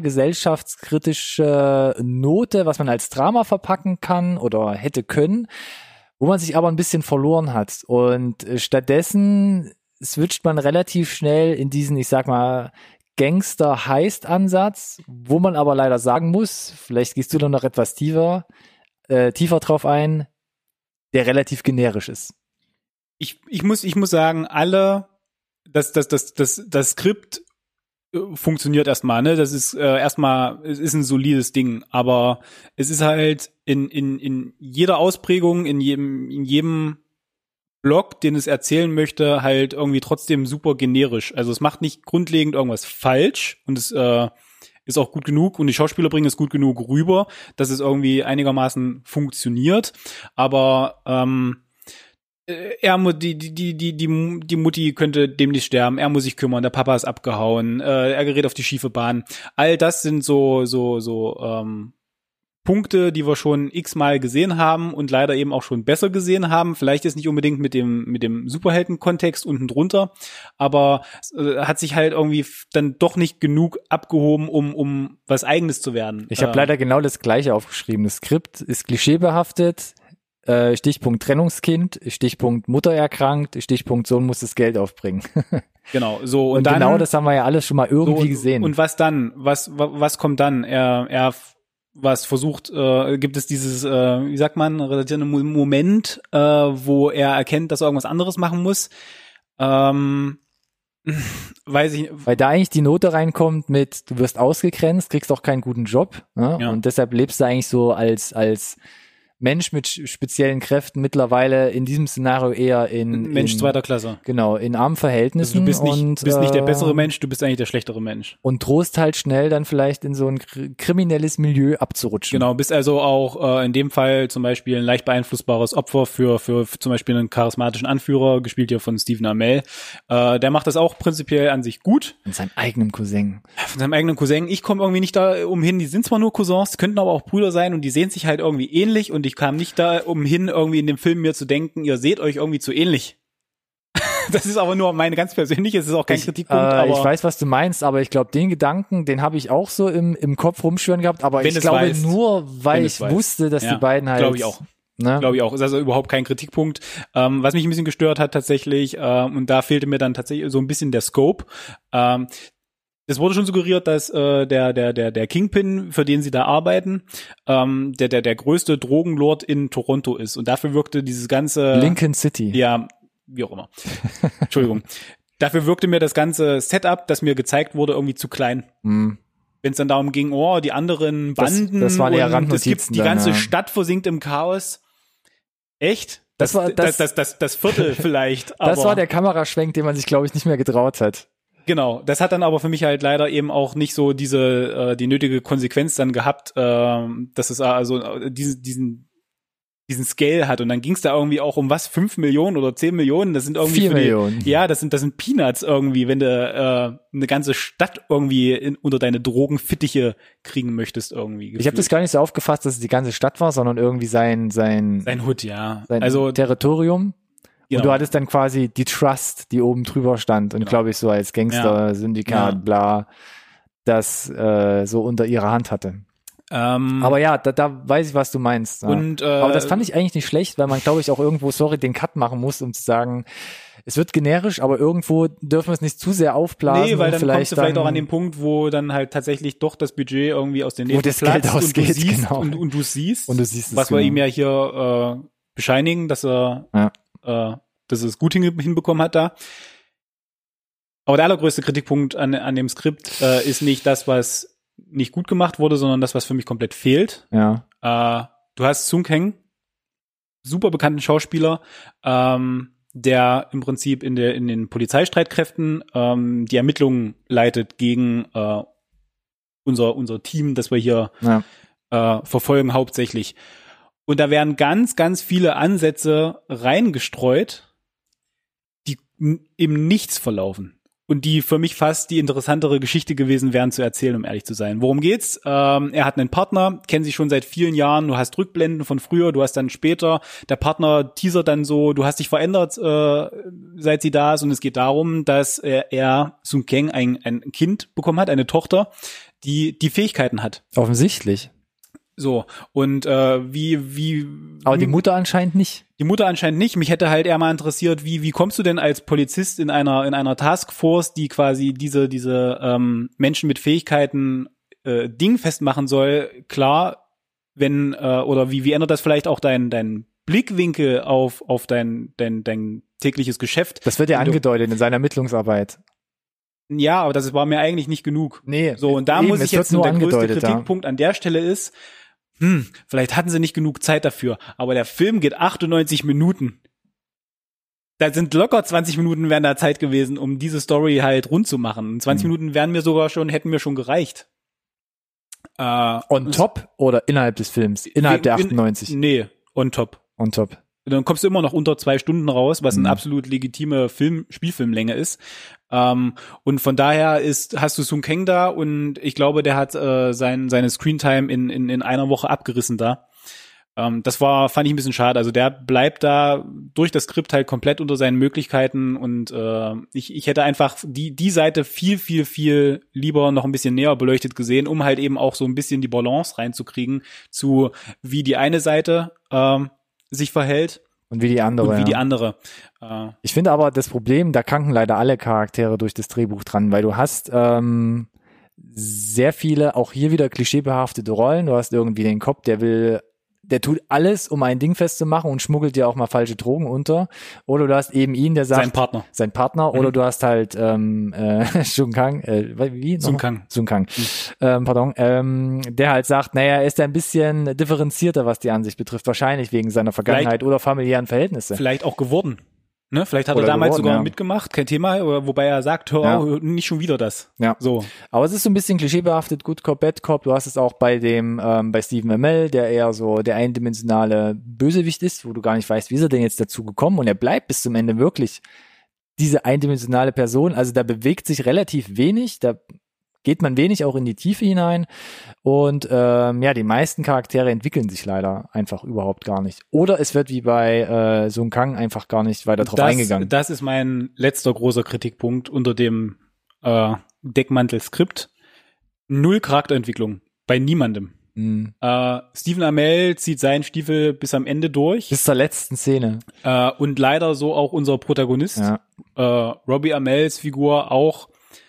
[SPEAKER 1] sozial-gesellschaftskritische Note, was man als Drama verpacken kann oder hätte können, wo man sich aber ein bisschen verloren hat und stattdessen switcht man relativ schnell in diesen, ich sag mal, Gangster-Heist-Ansatz, wo man aber leider sagen muss, vielleicht gehst du da noch etwas tiefer, äh, tiefer drauf ein, der relativ generisch ist.
[SPEAKER 2] Ich, ich muss, ich muss sagen, alle, das, das, das, das, das Skript äh, funktioniert erstmal, ne? Das ist äh, erstmal, es ist ein solides Ding, aber es ist halt in, in, in jeder Ausprägung, in jedem, in jedem Blog, den es erzählen möchte, halt irgendwie trotzdem super generisch. Also es macht nicht grundlegend irgendwas falsch und es äh, ist auch gut genug und die Schauspieler bringen es gut genug rüber, dass es irgendwie einigermaßen funktioniert. Aber ähm, er die die die die die die Mutti könnte demnächst sterben. Er muss sich kümmern. Der Papa ist abgehauen. Äh, er gerät auf die schiefe Bahn. All das sind so so so ähm, Punkte, die wir schon x-mal gesehen haben und leider eben auch schon besser gesehen haben. Vielleicht ist nicht unbedingt mit dem mit dem Superhelden-Kontext unten drunter, aber äh, hat sich halt irgendwie dann doch nicht genug abgehoben, um um was Eigenes zu werden.
[SPEAKER 1] Ich habe
[SPEAKER 2] äh,
[SPEAKER 1] leider genau das Gleiche aufgeschrieben. Das Skript ist klischeebehaftet. Äh, Stichpunkt Trennungskind, Stichpunkt Mutter erkrankt, Stichpunkt Sohn muss das Geld aufbringen.
[SPEAKER 2] Genau, so und,
[SPEAKER 1] und
[SPEAKER 2] dann,
[SPEAKER 1] genau das haben wir ja alles schon mal irgendwie
[SPEAKER 2] so,
[SPEAKER 1] gesehen.
[SPEAKER 2] Und was dann? Was was kommt dann? Er er was versucht, äh, gibt es dieses, äh, wie sagt man, relative Moment, äh, wo er erkennt, dass er irgendwas anderes machen muss. Ähm, weiß ich.
[SPEAKER 1] Weil da eigentlich die Note reinkommt mit, du wirst ausgegrenzt, kriegst auch keinen guten Job, ne?
[SPEAKER 2] Ja.
[SPEAKER 1] Und deshalb lebst du eigentlich so als als Mensch mit speziellen Kräften mittlerweile in diesem Szenario eher in
[SPEAKER 2] Mensch
[SPEAKER 1] in,
[SPEAKER 2] zweiter Klasse.
[SPEAKER 1] Genau, in armen Verhältnissen.
[SPEAKER 2] Also du bist nicht,
[SPEAKER 1] und,
[SPEAKER 2] bist nicht der
[SPEAKER 1] äh,
[SPEAKER 2] bessere Mensch, du bist eigentlich der schlechtere Mensch.
[SPEAKER 1] Und drohst halt schnell dann vielleicht in so ein kriminelles Milieu abzurutschen.
[SPEAKER 2] Genau, bist also auch äh, in dem Fall zum Beispiel ein leicht beeinflussbares Opfer für, für für zum Beispiel einen charismatischen Anführer, gespielt hier von Stephen Amell. Äh, der macht das auch prinzipiell an sich gut.
[SPEAKER 1] Von seinem eigenen Cousin.
[SPEAKER 2] Von seinem eigenen Cousin. Ich komme irgendwie nicht da umhin, die sind zwar nur Cousins, könnten aber auch Brüder sein und die sehen sich halt irgendwie ähnlich und ich kam nicht da umhin, irgendwie in dem Film mir zu denken, ihr seht euch irgendwie zu ähnlich. Das ist aber nur meine ganz persönliche, es ist auch kein
[SPEAKER 1] ich,
[SPEAKER 2] Kritikpunkt.
[SPEAKER 1] Äh,
[SPEAKER 2] aber
[SPEAKER 1] ich weiß, was du meinst, aber ich glaube, den Gedanken, den habe ich auch so im im Kopf rumschwören gehabt, aber ich glaube
[SPEAKER 2] weißt,
[SPEAKER 1] nur, weil ich
[SPEAKER 2] weißt.
[SPEAKER 1] wusste, dass
[SPEAKER 2] ja,
[SPEAKER 1] die beiden halt...
[SPEAKER 2] Glaube ich auch. Ne? Glaube ich auch. Ist also überhaupt kein Kritikpunkt. Ähm, was mich ein bisschen gestört hat tatsächlich, äh, und da fehlte mir dann tatsächlich so ein bisschen der Scope, ähm, es wurde schon suggeriert, dass äh, der der der der Kingpin, für den sie da arbeiten, ähm, der der der größte Drogenlord in Toronto ist und dafür wirkte dieses ganze
[SPEAKER 1] Lincoln City.
[SPEAKER 2] Ja, wie auch immer. Entschuldigung. Dafür wirkte mir das ganze Setup, das mir gezeigt wurde, irgendwie zu klein.
[SPEAKER 1] Mm.
[SPEAKER 2] Wenn es dann darum ging, oh, die anderen Banden,
[SPEAKER 1] das, das waren eher
[SPEAKER 2] und es gibt die
[SPEAKER 1] dann,
[SPEAKER 2] ganze
[SPEAKER 1] ja.
[SPEAKER 2] Stadt versinkt im Chaos. Echt?
[SPEAKER 1] Das,
[SPEAKER 2] Das,
[SPEAKER 1] war das,
[SPEAKER 2] das, das, das, das Viertel vielleicht.
[SPEAKER 1] Das
[SPEAKER 2] aber
[SPEAKER 1] war der Kameraschwenk, den man sich, glaube ich, nicht mehr getraut hat.
[SPEAKER 2] Genau, das hat dann aber für mich halt leider eben auch nicht so diese äh, die nötige Konsequenz dann gehabt, äh, dass es also äh, diesen diesen diesen Scale hat und dann ging es da irgendwie auch um was fünf Millionen oder zehn Millionen, das sind irgendwie
[SPEAKER 1] vier
[SPEAKER 2] für die,
[SPEAKER 1] Millionen.
[SPEAKER 2] Ja, das sind das sind Peanuts irgendwie, wenn du äh, eine ganze Stadt irgendwie in, unter deine Drogenfittiche kriegen möchtest irgendwie. Gefühlt.
[SPEAKER 1] Ich habe das gar nicht so aufgefasst, dass es die ganze Stadt war, sondern irgendwie sein sein
[SPEAKER 2] sein Hood, ja.
[SPEAKER 1] Sein
[SPEAKER 2] also
[SPEAKER 1] Territorium.
[SPEAKER 2] Genau.
[SPEAKER 1] Und du hattest dann quasi die Trust, die oben drüber stand und
[SPEAKER 2] Genau.
[SPEAKER 1] glaube ich so als Gangster,
[SPEAKER 2] ja.
[SPEAKER 1] Syndikat,
[SPEAKER 2] ja.
[SPEAKER 1] bla, das äh, so unter ihrer Hand hatte.
[SPEAKER 2] Ähm,
[SPEAKER 1] Aber ja, da, da weiß ich, was du meinst. Ja.
[SPEAKER 2] Und, äh,
[SPEAKER 1] Aber das fand ich eigentlich nicht schlecht, weil man, glaube ich, auch irgendwo, sorry, den Cut machen muss, um zu sagen, es wird generisch, aber irgendwo dürfen wir es nicht zu sehr aufblasen.
[SPEAKER 2] Nee, weil dann
[SPEAKER 1] vielleicht
[SPEAKER 2] kommst du vielleicht
[SPEAKER 1] dann,
[SPEAKER 2] auch an den Punkt, wo dann halt tatsächlich doch das Budget irgendwie aus den
[SPEAKER 1] wo
[SPEAKER 2] Nähten
[SPEAKER 1] das
[SPEAKER 2] platzt
[SPEAKER 1] Geld ausgeht,
[SPEAKER 2] und du siehst,
[SPEAKER 1] genau.
[SPEAKER 2] und, und du siehst,
[SPEAKER 1] Und du siehst es,
[SPEAKER 2] was wir
[SPEAKER 1] genau.
[SPEAKER 2] ihm ja hier äh, bescheinigen, dass er,
[SPEAKER 1] Ja.
[SPEAKER 2] äh, dass er es gut hin, hinbekommen hat da. Aber der allergrößte Kritikpunkt an, an dem Skript äh, ist nicht das, was nicht gut gemacht wurde, sondern das, was für mich komplett fehlt.
[SPEAKER 1] Ja.
[SPEAKER 2] Äh, du hast Sung Kang, super bekannten Schauspieler, ähm, der im Prinzip in der in den Polizeistreitkräften ähm, die Ermittlungen leitet gegen äh, unser unser Team, das wir hier
[SPEAKER 1] Ja.
[SPEAKER 2] äh, verfolgen hauptsächlich. Und da werden ganz, ganz viele Ansätze reingestreut, die n- im Nichts verlaufen. Und die für mich fast die interessantere Geschichte gewesen wären zu erzählen, um ehrlich zu sein. Worum geht's? Ähm, er hat einen Partner, kennen sich schon seit vielen Jahren, du hast Rückblenden von früher, du hast dann später, der Partner teasert dann so, du hast dich verändert, äh, seit sie da ist, und es geht darum, dass er, er Sung Kang, ein, ein Kind bekommen hat, eine Tochter, die die Fähigkeiten hat.
[SPEAKER 1] Offensichtlich.
[SPEAKER 2] So, und äh, wie, wie
[SPEAKER 1] Aber die Mutter anscheinend nicht.
[SPEAKER 2] Die Mutter anscheinend nicht. Mich hätte halt eher mal interessiert, wie wie kommst du denn als Polizist in einer in einer Taskforce, die quasi diese diese ähm, Menschen mit Fähigkeiten äh, dingfest machen soll? Klar, wenn äh, oder wie wie ändert das vielleicht auch dein dein Blickwinkel auf auf dein dein dein tägliches Geschäft?
[SPEAKER 1] Das wird ja
[SPEAKER 2] Wenn du-
[SPEAKER 1] angedeutet in seiner Ermittlungsarbeit.
[SPEAKER 2] Ja, aber das war mir eigentlich nicht genug.
[SPEAKER 1] Nee.
[SPEAKER 2] So, und da
[SPEAKER 1] eben,
[SPEAKER 2] muss
[SPEAKER 1] es
[SPEAKER 2] ich
[SPEAKER 1] wird
[SPEAKER 2] jetzt
[SPEAKER 1] nur
[SPEAKER 2] nur der größte
[SPEAKER 1] angedeutet, ja.
[SPEAKER 2] Kritikpunkt an der Stelle ist, hm, vielleicht hatten sie nicht genug Zeit dafür, aber der Film geht achtundneunzig Minuten. Da sind locker zwanzig Minuten wären da Zeit gewesen, um diese Story halt rund zu machen. zwanzig
[SPEAKER 1] Mhm.
[SPEAKER 2] Minuten wären mir sogar schon, hätten mir schon gereicht. Äh,
[SPEAKER 1] On top oder innerhalb des Films? Innerhalb der
[SPEAKER 2] in-
[SPEAKER 1] achtundneunzig.
[SPEAKER 2] Nee, on top.
[SPEAKER 1] On top.
[SPEAKER 2] Dann kommst du immer noch unter zwei Stunden raus, was
[SPEAKER 1] Mhm.
[SPEAKER 2] eine absolut legitime Film, Spielfilmlänge ist. Ähm, und von daher ist, hast du Sung Kang da, und ich glaube, der hat äh, sein, seine Screentime in, in, in einer Woche abgerissen da. Ähm, das war, fand ich ein bisschen schade. Also der bleibt da durch das Skript halt komplett unter seinen Möglichkeiten, und äh, ich, ich hätte einfach die, die Seite viel, viel, viel lieber noch ein bisschen näher beleuchtet gesehen, um halt eben auch so ein bisschen die Balance reinzukriegen zu, wie die eine Seite ähm, sich verhält
[SPEAKER 1] Und wie die andere.
[SPEAKER 2] und wie
[SPEAKER 1] ja.
[SPEAKER 2] die andere. Äh,
[SPEAKER 1] Ich finde aber das Problem, da kranken leider alle Charaktere durch das Drehbuch dran, weil du hast ähm, sehr viele, auch hier wieder klischeebehaftete Rollen. Du hast irgendwie den Cop, der will, der tut alles, um ein Ding festzumachen und schmuggelt dir auch mal falsche Drogen unter. Oder du hast eben ihn, der sagt,
[SPEAKER 2] sein Partner.
[SPEAKER 1] sein Partner,
[SPEAKER 2] Mhm.
[SPEAKER 1] oder du hast halt ähm, äh, Sung Kang, äh, wie?
[SPEAKER 2] Sung
[SPEAKER 1] nochmal?
[SPEAKER 2] Kang.
[SPEAKER 1] Sung Kang, ähm, pardon, ähm, der halt sagt, naja, er ist ein bisschen differenzierter, was die Ansicht betrifft, wahrscheinlich wegen seiner Vergangenheit oder familiären Verhältnisse.
[SPEAKER 2] Vielleicht auch geworden. Ne? Vielleicht hat
[SPEAKER 1] Oder
[SPEAKER 2] er damals
[SPEAKER 1] geworden,
[SPEAKER 2] sogar
[SPEAKER 1] ja.
[SPEAKER 2] mitgemacht, kein Thema, aber wobei er sagt, hör
[SPEAKER 1] Ja.
[SPEAKER 2] auf, nicht schon wieder das.
[SPEAKER 1] Ja.
[SPEAKER 2] So.
[SPEAKER 1] Aber es ist so ein bisschen klischeebehaftet, Good Cop, Bad Cop. Du hast es auch bei dem, ähm, bei Stephen Amell, der eher so der eindimensionale Bösewicht ist, wo du gar nicht weißt, wie ist er denn jetzt dazu gekommen, und er bleibt bis zum Ende wirklich diese eindimensionale Person. Also da bewegt sich relativ wenig, da geht man wenig auch in die Tiefe hinein, und ähm, ja, die meisten Charaktere entwickeln sich leider einfach überhaupt gar nicht. Oder es wird wie bei äh, Sung Kang einfach gar nicht weiter drauf
[SPEAKER 2] das,
[SPEAKER 1] eingegangen.
[SPEAKER 2] das ist mein letzter großer Kritikpunkt unter dem äh, Deckmantel Skript. Null Charakterentwicklung. Bei niemandem.
[SPEAKER 1] Mhm.
[SPEAKER 2] Äh, Stephen Amell zieht seinen Stiefel bis am Ende durch.
[SPEAKER 1] Bis zur letzten Szene.
[SPEAKER 2] Äh, und leider so auch unser Protagonist.
[SPEAKER 1] Ja.
[SPEAKER 2] Äh, Robbie Amells Figur auch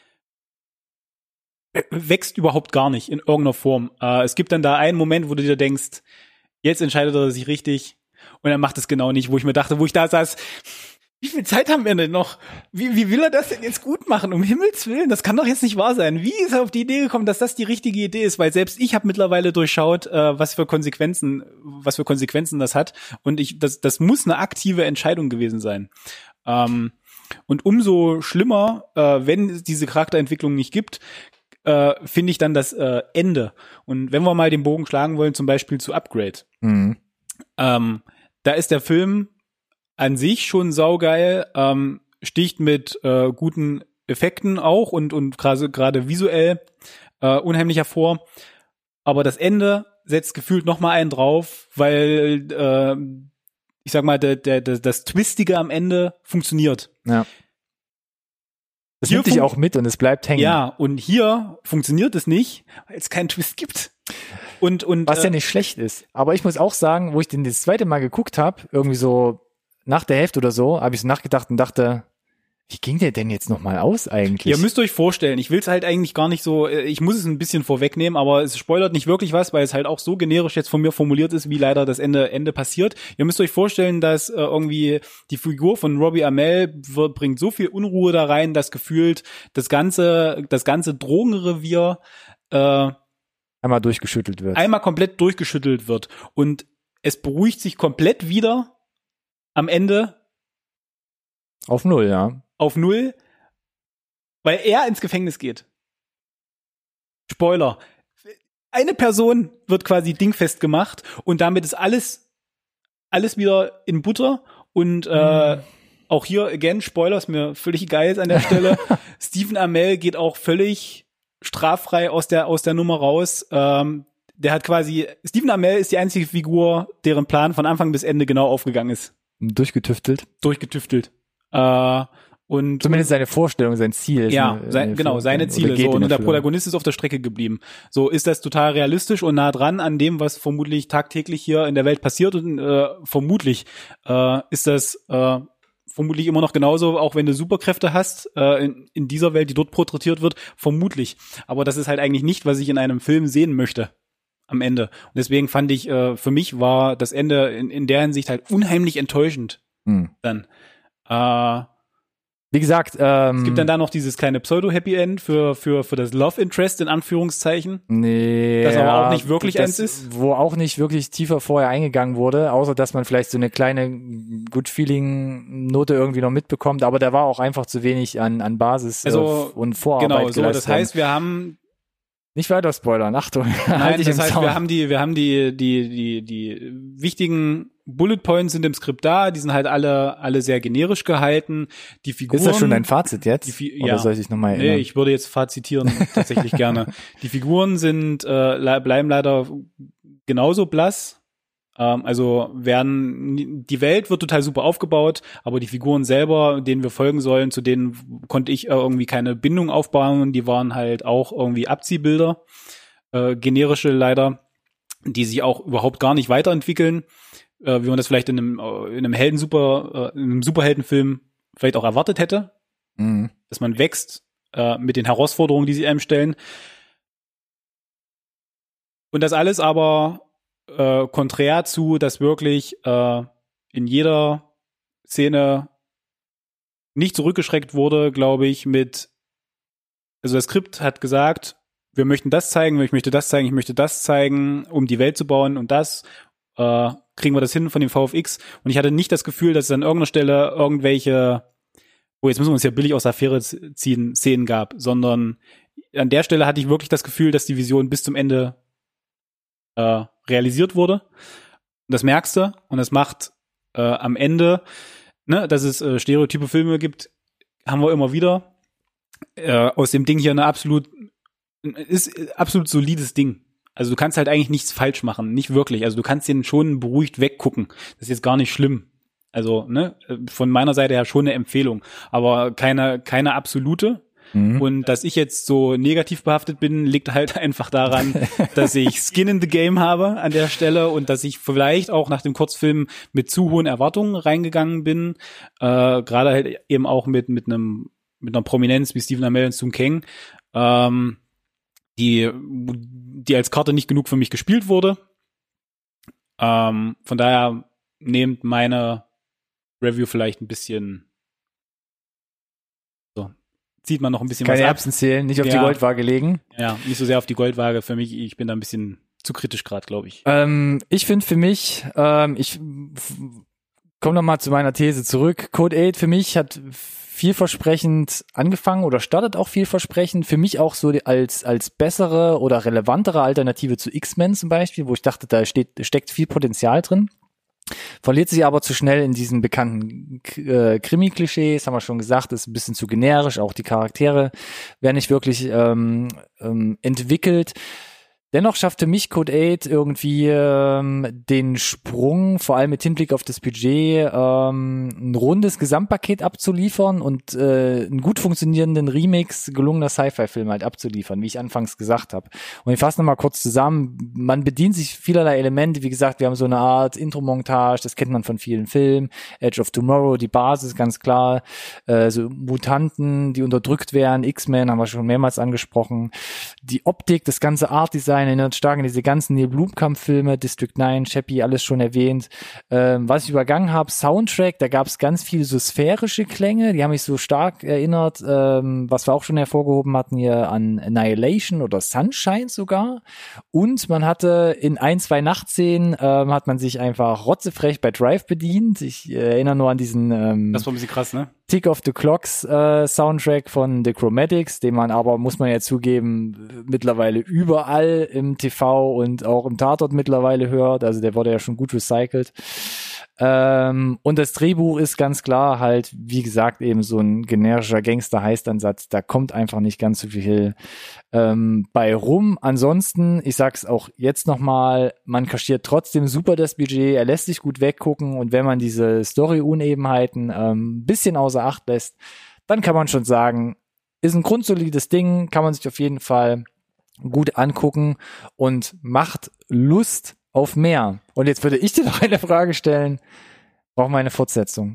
[SPEAKER 2] wächst überhaupt gar nicht in irgendeiner Form. Äh, es gibt dann da einen Moment, wo du dir denkst, jetzt entscheidet er sich richtig, und er macht es genau nicht, wo ich mir dachte, wo ich da saß, wie viel Zeit haben wir denn noch? Wie, wie will er das denn jetzt gut machen? Um Himmels Willen, das kann doch jetzt nicht wahr sein. Wie ist er auf die Idee gekommen, dass das die richtige Idee ist? Weil selbst ich habe mittlerweile durchschaut, äh, was für Konsequenzen, was für Konsequenzen das hat. Und ich, das, das muss eine aktive Entscheidung gewesen sein. Ähm, und umso schlimmer, äh, wenn es diese Charakterentwicklung nicht gibt, äh, finde ich dann das äh, Ende. Und wenn wir mal den Bogen schlagen wollen, zum Beispiel zu Upgrade,
[SPEAKER 1] Mhm.
[SPEAKER 2] ähm, da ist der Film an sich schon saugeil, ähm, sticht mit äh, guten Effekten auch und und gerade gerade visuell äh, unheimlich hervor. Aber das Ende setzt gefühlt noch mal einen drauf, weil äh, ich sag mal, der, der, der, das Twistige am Ende funktioniert.
[SPEAKER 1] Ja. Das
[SPEAKER 2] Hier
[SPEAKER 1] nimmt dich
[SPEAKER 2] fun-
[SPEAKER 1] auch mit und es bleibt hängen.
[SPEAKER 2] Ja, und hier funktioniert es nicht, weil es keinen Twist gibt. Und, und,
[SPEAKER 1] Was
[SPEAKER 2] äh,
[SPEAKER 1] ja nicht schlecht ist. Aber ich muss auch sagen, wo ich den das zweite Mal geguckt habe, irgendwie so nach der Hälfte oder so, habe ich so nachgedacht und dachte, wie ging der denn jetzt nochmal aus eigentlich?
[SPEAKER 2] Ihr müsst euch vorstellen, ich will es halt eigentlich gar nicht so, ich muss es ein bisschen vorwegnehmen, aber es spoilert nicht wirklich was, weil es halt auch so generisch jetzt von mir formuliert ist, wie leider das Ende Ende passiert. Ihr müsst euch vorstellen, dass äh, irgendwie die Figur von Robbie Amell wird, bringt so viel Unruhe da rein, dass gefühlt das ganze das ganze Drogenrevier äh,
[SPEAKER 1] einmal durchgeschüttelt wird.
[SPEAKER 2] einmal komplett durchgeschüttelt wird und es beruhigt sich komplett wieder am Ende
[SPEAKER 1] Auf null, ja.
[SPEAKER 2] auf null, weil er ins Gefängnis geht. Spoiler. Eine Person wird quasi dingfest gemacht und damit ist alles alles wieder in Butter und äh, mhm. auch hier, again, Spoiler, ist mir völlig egal jetzt an der Stelle. Stephen Amell geht auch völlig straffrei aus der aus der Nummer raus. Ähm, der hat quasi, Stephen Amell ist die einzige Figur, deren Plan von Anfang bis Ende genau aufgegangen ist.
[SPEAKER 1] Durchgetüftelt.
[SPEAKER 2] Durchgetüftelt. Äh, Und,
[SPEAKER 1] Zumindest seine Vorstellung, sein Ziel.
[SPEAKER 2] Ja,
[SPEAKER 1] eine,
[SPEAKER 2] sein,
[SPEAKER 1] eine
[SPEAKER 2] genau, seine Ziele. So, und der Protagonist ist auf der Strecke geblieben. So, ist das total realistisch und nah dran an dem, was vermutlich tagtäglich hier in der Welt passiert und äh, vermutlich äh, ist das äh, vermutlich immer noch genauso, auch wenn du Superkräfte hast, äh, in, in dieser Welt, die dort porträtiert wird, vermutlich. Aber das ist halt eigentlich nicht, was ich in einem Film sehen möchte am Ende. Und deswegen fand ich, äh, für mich war das Ende in, in der Hinsicht halt unheimlich enttäuschend. Hm. Dann. Äh,
[SPEAKER 1] Wie gesagt, ähm,
[SPEAKER 2] es gibt dann da noch dieses kleine Pseudo-Happy End für, für, für das Love Interest in Anführungszeichen.
[SPEAKER 1] Nee.
[SPEAKER 2] Das aber auch nicht wirklich
[SPEAKER 1] das,
[SPEAKER 2] eins ist.
[SPEAKER 1] Wo auch nicht wirklich tiefer vorher eingegangen wurde, außer dass man vielleicht so eine kleine Good-Feeling-Note irgendwie noch mitbekommt, aber da war auch einfach zu wenig an, an Basis
[SPEAKER 2] also,
[SPEAKER 1] äh, und Vorarbeit
[SPEAKER 2] genau, so,
[SPEAKER 1] geleistet
[SPEAKER 2] das heißt, wir haben
[SPEAKER 1] nicht weiter spoilern, Achtung.
[SPEAKER 2] Nein,
[SPEAKER 1] halt
[SPEAKER 2] das heißt,
[SPEAKER 1] Zaun.
[SPEAKER 2] wir haben die, wir haben die, die, die, die wichtigen Bullet Points sind im Skript da, die sind halt alle, alle sehr generisch gehalten. Die Figuren.
[SPEAKER 1] Ist das schon dein Fazit jetzt?
[SPEAKER 2] Die Fi-
[SPEAKER 1] Oder
[SPEAKER 2] ja.
[SPEAKER 1] soll ich dich nochmal erinnern?
[SPEAKER 2] Nee, ich würde jetzt fazitieren, tatsächlich gerne. Die Figuren sind, äh, le- bleiben leider genauso blass. Ähm, also werden, die Welt wird total super aufgebaut, aber die Figuren selber, denen wir folgen sollen, zu denen konnte ich irgendwie keine Bindung aufbauen. Die waren halt auch irgendwie Abziehbilder, äh, generische leider, die sich auch überhaupt gar nicht weiterentwickeln, äh, wie man das vielleicht in einem, in einem Helden-Super, äh, in einem Superheldenfilm vielleicht auch erwartet hätte, mhm. dass man wächst äh, mit den Herausforderungen, die sie einem stellen. Und das alles aber Äh, konträr zu, dass wirklich äh, in jeder Szene nicht zurückgeschreckt wurde, glaube ich, mit, also das Skript hat gesagt, wir möchten das zeigen, ich möchte das zeigen, ich möchte das zeigen, um die Welt zu bauen und das äh, kriegen wir das hin von dem V F X. Und ich hatte nicht das Gefühl, dass es an irgendeiner Stelle irgendwelche, oh, jetzt müssen wir uns ja billig aus der Affäre ziehen, Szenen gab, sondern an der Stelle hatte ich wirklich das Gefühl, dass die Vision bis zum Ende äh, realisiert wurde. Und das merkst du und das macht äh, am Ende, ne, dass es äh, stereotype Filme gibt, haben wir immer wieder. Äh, aus dem Ding hier eine absolut, ist absolut solides Ding. Also du kannst halt eigentlich nichts falsch machen, nicht wirklich. Also du kannst den schon beruhigt weggucken. Das ist jetzt gar nicht schlimm. Also, ne, von meiner Seite her schon eine Empfehlung, aber keine keine absolute. Mhm. Und dass ich jetzt so negativ behaftet bin, liegt halt einfach daran, dass ich Skin in the Game habe an der Stelle und dass ich vielleicht auch nach dem Kurzfilm mit zu hohen Erwartungen reingegangen bin, äh, gerade halt eben auch mit mit einem mit einer Prominenz wie Stephen Amell und Sung Kang, ähm, die die als Karte nicht genug für mich gespielt wurde. Ähm, von daher nehmt meine Review vielleicht ein bisschen zieht man noch ein bisschen
[SPEAKER 1] Keine
[SPEAKER 2] was ab.
[SPEAKER 1] Erbsen zählen, nicht auf
[SPEAKER 2] ja.
[SPEAKER 1] die Goldwaage legen.
[SPEAKER 2] Ja, nicht so sehr auf die Goldwaage für mich. Ich bin da ein bisschen zu kritisch gerade, glaube ich.
[SPEAKER 1] Ähm, ich finde für mich, ähm, ich komme noch mal zu meiner These zurück. Code acht für mich hat vielversprechend angefangen oder startet auch vielversprechend. Für mich auch so als als bessere oder relevantere Alternative zu X-Men zum Beispiel, wo ich dachte, da steht steckt viel Potenzial drin. Verliert sich aber zu schnell in diesen bekannten äh, Krimi-Klischees, haben wir schon gesagt, ist ein bisschen zu generisch, auch die Charaktere werden nicht wirklich ähm, ähm, entwickelt. Dennoch schaffte mich Code acht irgendwie ähm, den Sprung, vor allem mit Hinblick auf das Budget, ähm, ein rundes Gesamtpaket abzuliefern und äh, einen gut funktionierenden Remix gelungener Sci-Fi-Filme halt abzuliefern, wie ich anfangs gesagt habe. Und ich fasse nochmal kurz zusammen, man bedient sich vielerlei Elemente, wie gesagt, wir haben so eine Art Intro-Montage, das kennt man von vielen Filmen, Edge of Tomorrow, die Basis, ganz klar, äh, so Mutanten, die unterdrückt werden, X-Men, haben wir schon mehrmals angesprochen, die Optik, das ganze Art-Design erinnert stark an diese ganzen Neil Blomkamp-Filme, District neun, Chappie, alles schon erwähnt. Ähm, was ich übergangen habe, Soundtrack, da gab es ganz viele so sphärische Klänge, die haben mich so stark erinnert, ähm, was wir auch schon hervorgehoben hatten hier an Annihilation oder Sunshine sogar. Und man hatte in ein, zwei Nachtszenen ähm, hat man sich einfach rotzefrech bei Drive bedient. Ich äh, erinnere nur an diesen ähm,
[SPEAKER 2] Das war ein bisschen krass, ne?
[SPEAKER 1] Tick of the Clocks äh, Soundtrack von The Chromatics, den man aber, muss man ja zugeben, mittlerweile überall im T V und auch im Tatort mittlerweile hört. Also der wurde ja schon gut recycelt. Ähm, und das Drehbuch ist ganz klar halt, wie gesagt, eben so ein generischer Gangster-Heistansatz. Da kommt einfach nicht ganz so viel ähm, bei rum. Ansonsten, ich sag's auch jetzt nochmal, man kaschiert trotzdem super das Budget, er lässt sich gut weggucken und wenn man diese Story-Unebenheiten ähm, ein bisschen außer Acht lässt, dann kann man schon sagen, ist ein grundsolides Ding, kann man sich auf jeden Fall gut angucken und macht Lust auf mehr. Und jetzt würde ich dir noch eine Frage stellen. Brauchen wir eine Fortsetzung?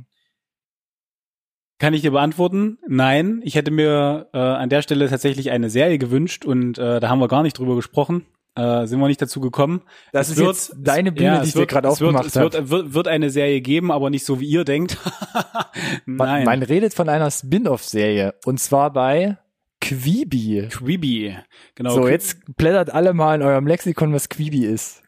[SPEAKER 2] Kann ich dir beantworten? Nein. Ich hätte mir äh, an der Stelle tatsächlich eine Serie gewünscht und äh, da haben wir gar nicht drüber gesprochen. Äh, sind wir nicht dazu gekommen.
[SPEAKER 1] Das
[SPEAKER 2] es
[SPEAKER 1] ist
[SPEAKER 2] wird,
[SPEAKER 1] jetzt deine Bühne,
[SPEAKER 2] ja,
[SPEAKER 1] die ich
[SPEAKER 2] wird,
[SPEAKER 1] dir gerade aufgemacht habe.
[SPEAKER 2] Es wird, es wird, wird eine Serie geben, aber nicht so, wie ihr denkt. Nein.
[SPEAKER 1] Man, man redet von einer Spin-off-Serie. Und zwar bei Quibi.
[SPEAKER 2] Quibi. Genau.
[SPEAKER 1] So,
[SPEAKER 2] Qui-
[SPEAKER 1] jetzt blättert alle mal in eurem Lexikon, was Quibi ist.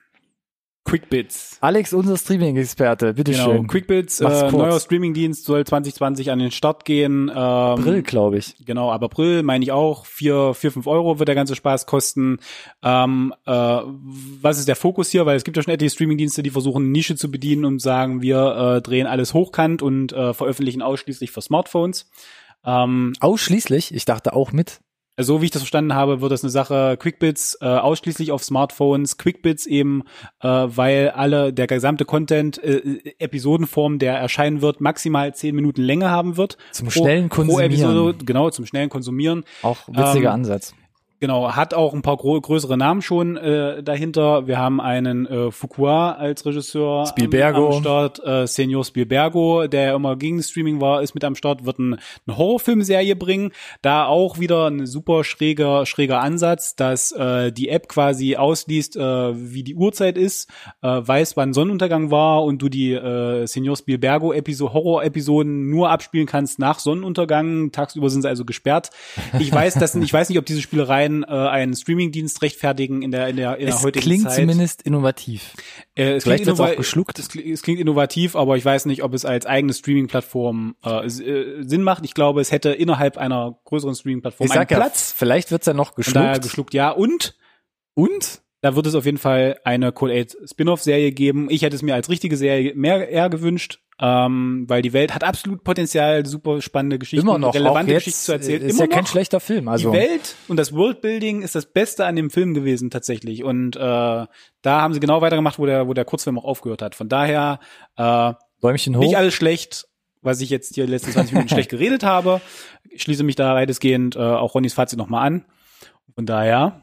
[SPEAKER 2] Quickbits.
[SPEAKER 1] Alex, unser Streaming-Experte, bitteschön.
[SPEAKER 2] Genau, Quickbits,
[SPEAKER 1] Mach's
[SPEAKER 2] äh,
[SPEAKER 1] kurz.
[SPEAKER 2] neuer Streamingdienst soll zwanzig zwanzig an den Start gehen. Ähm,
[SPEAKER 1] April, glaube ich.
[SPEAKER 2] Genau, ab April meine ich auch. Vier, vier, fünf Euro wird der ganze Spaß kosten. Ähm, äh, was ist der Fokus hier? Weil es gibt ja schon etliche Streamingdienste, die versuchen, eine Nische zu bedienen und sagen, wir äh, drehen alles hochkant und äh, veröffentlichen ausschließlich für Smartphones. Ähm,
[SPEAKER 1] Ausschließlich? Ich dachte auch mit.
[SPEAKER 2] So wie ich das verstanden habe, wird das eine Sache Quickbits äh, ausschließlich auf Smartphones, Quickbits eben, äh, weil alle der gesamte Content äh, Episodenform, der erscheinen wird, maximal zehn Minuten Länge haben wird.
[SPEAKER 1] Zum
[SPEAKER 2] pro,
[SPEAKER 1] schnellen
[SPEAKER 2] pro
[SPEAKER 1] Konsumieren.
[SPEAKER 2] Episode, genau, zum schnellen Konsumieren.
[SPEAKER 1] Auch witziger
[SPEAKER 2] Ähm,
[SPEAKER 1] Ansatz.
[SPEAKER 2] Genau, hat auch ein paar gro- größere Namen schon äh, dahinter. Wir haben einen äh, Fuqua als Regisseur
[SPEAKER 1] Spielbergo.
[SPEAKER 2] am, am Start. Äh, Senior Spielbergo, der ja immer gegen Streaming war, ist mit am Start, wird ein, eine Horrorfilmserie bringen. Da auch wieder ein super schräger schräger Ansatz, dass äh, die App quasi ausliest, äh, wie die Uhrzeit ist, äh, weiß, wann Sonnenuntergang war und du die äh, Senior Spielbergo Episode Horror-Episoden nur abspielen kannst nach Sonnenuntergang. Tagsüber sind sie also gesperrt. Ich weiß, dass ich weiß nicht, ob diese Spielereien äh, einen Streamingdienst rechtfertigen in der in der in der
[SPEAKER 1] Es
[SPEAKER 2] heutigen
[SPEAKER 1] klingt
[SPEAKER 2] Zeit.
[SPEAKER 1] zumindest innovativ.
[SPEAKER 2] Äh, es
[SPEAKER 1] Vielleicht
[SPEAKER 2] klingt
[SPEAKER 1] wird's auch
[SPEAKER 2] innova-
[SPEAKER 1] geschluckt.
[SPEAKER 2] Es, klingt- es klingt innovativ, aber ich weiß nicht, ob es als eigene Streaming-Plattform äh, s- äh, Sinn macht. Ich glaube, es hätte innerhalb einer größeren Streaming-Plattform
[SPEAKER 1] Ich
[SPEAKER 2] einen
[SPEAKER 1] sag ja,
[SPEAKER 2] Platz.
[SPEAKER 1] vielleicht wird's ja noch
[SPEAKER 2] Von daher
[SPEAKER 1] geschluckt.
[SPEAKER 2] geschluckt, ja. Und
[SPEAKER 1] Und?
[SPEAKER 2] da wird es auf jeden Fall eine Code acht Spin-off-Serie geben. Ich hätte es mir als richtige Serie mehr eher gewünscht, ähm, weil die Welt hat absolut Potenzial, super spannende Geschichten,
[SPEAKER 1] Immer noch.
[SPEAKER 2] relevante
[SPEAKER 1] auch
[SPEAKER 2] Geschichten
[SPEAKER 1] jetzt
[SPEAKER 2] zu erzählen.
[SPEAKER 1] ist
[SPEAKER 2] Immer
[SPEAKER 1] ja kein
[SPEAKER 2] noch.
[SPEAKER 1] schlechter Film. Also
[SPEAKER 2] Die Welt und das Worldbuilding ist das Beste an dem Film gewesen tatsächlich. Und äh, da haben sie genau weitergemacht, wo der, wo der Kurzfilm auch aufgehört hat. Von daher äh,
[SPEAKER 1] Däumchen hoch.
[SPEAKER 2] nicht alles schlecht, was ich jetzt hier die letzten zwanzig Minuten schlecht geredet habe. Ich schließe mich da weitestgehend äh, auch Ronnys Fazit nochmal an. Von daher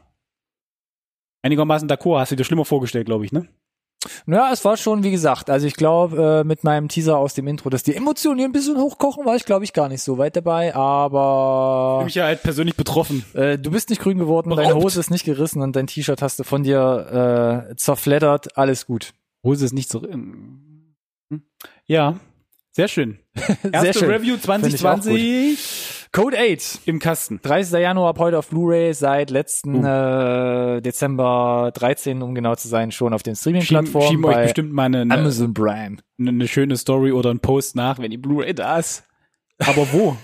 [SPEAKER 2] einigermaßen d'accord. Hast du dir schlimmer vorgestellt, glaube ich, ne?
[SPEAKER 1] Ja, es war schon, wie gesagt, also ich glaube, äh, mit meinem Teaser aus dem Intro, dass die Emotionen hier ein bisschen hochkochen, war ich, glaube ich, gar nicht so weit dabei,
[SPEAKER 2] Ich bin
[SPEAKER 1] aber
[SPEAKER 2] mich ja halt persönlich betroffen.
[SPEAKER 1] äh, du bist nicht grün geworden, deine
[SPEAKER 2] Beraubt.
[SPEAKER 1] Hose ist nicht gerissen und dein T-Shirt hast du von dir äh, zerfleddert, alles gut.
[SPEAKER 2] Hose ist nicht so. Hm. Ja, sehr schön.
[SPEAKER 1] Sehr
[SPEAKER 2] Erste
[SPEAKER 1] schön.
[SPEAKER 2] Review
[SPEAKER 1] Finde ich auch
[SPEAKER 2] zwanzig zwanzig
[SPEAKER 1] Code acht.
[SPEAKER 2] im Kasten.
[SPEAKER 1] dreißigster Januar ab heute auf Blu-ray, seit letzten
[SPEAKER 2] Uh.
[SPEAKER 1] äh, Dezember dreizehn, um genau zu sein, schon auf den
[SPEAKER 2] Schieben,
[SPEAKER 1] Streaming-Plattformen
[SPEAKER 2] schieben euch
[SPEAKER 1] bei
[SPEAKER 2] bestimmt mal eine, eine,
[SPEAKER 1] Amazon Prime.
[SPEAKER 2] eine schöne Story oder einen Post nach, wenn die Blu-ray da ist. Aber wo?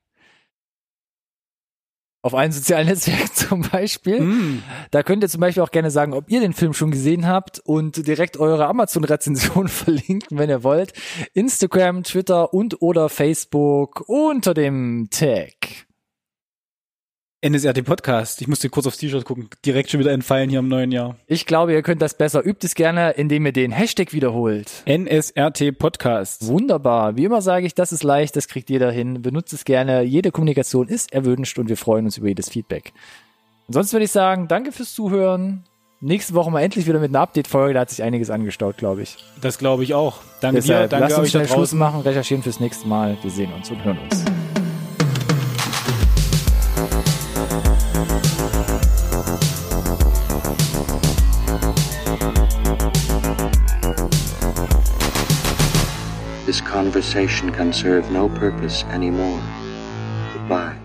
[SPEAKER 1] Auf allen sozialen Netzwerken zum Beispiel.
[SPEAKER 2] mm.
[SPEAKER 1] Da könnt ihr zum Beispiel auch gerne sagen, ob ihr den Film schon gesehen habt und direkt eure Amazon-Rezension verlinken, wenn ihr wollt. Instagram, Twitter und oder Facebook unter dem Tag
[SPEAKER 2] N S R T Podcast. Ich musste kurz aufs T-Shirt gucken. Direkt schon wieder entfallen hier im neuen Jahr.
[SPEAKER 1] Ich glaube, ihr könnt das besser. Übt es gerne, indem ihr den Hashtag wiederholt.
[SPEAKER 2] N S R T Podcast.
[SPEAKER 1] Wunderbar. Wie immer sage ich, das ist leicht, das kriegt jeder hin. Benutzt es gerne. Jede Kommunikation ist erwünscht und wir freuen uns über jedes Feedback. Ansonsten würde ich sagen, danke fürs Zuhören. Nächste Woche mal endlich wieder mit einer Update-Folge. Da hat sich einiges angestaut, glaube ich.
[SPEAKER 2] Das glaube ich auch. Danke
[SPEAKER 1] Deshalb,
[SPEAKER 2] dir, danke
[SPEAKER 1] lasst uns
[SPEAKER 2] euch da
[SPEAKER 1] schnell Schluss
[SPEAKER 2] draußen.
[SPEAKER 1] machen, recherchieren fürs nächste Mal. Wir sehen uns und hören uns.
[SPEAKER 3] This conversation can serve no purpose anymore. Goodbye.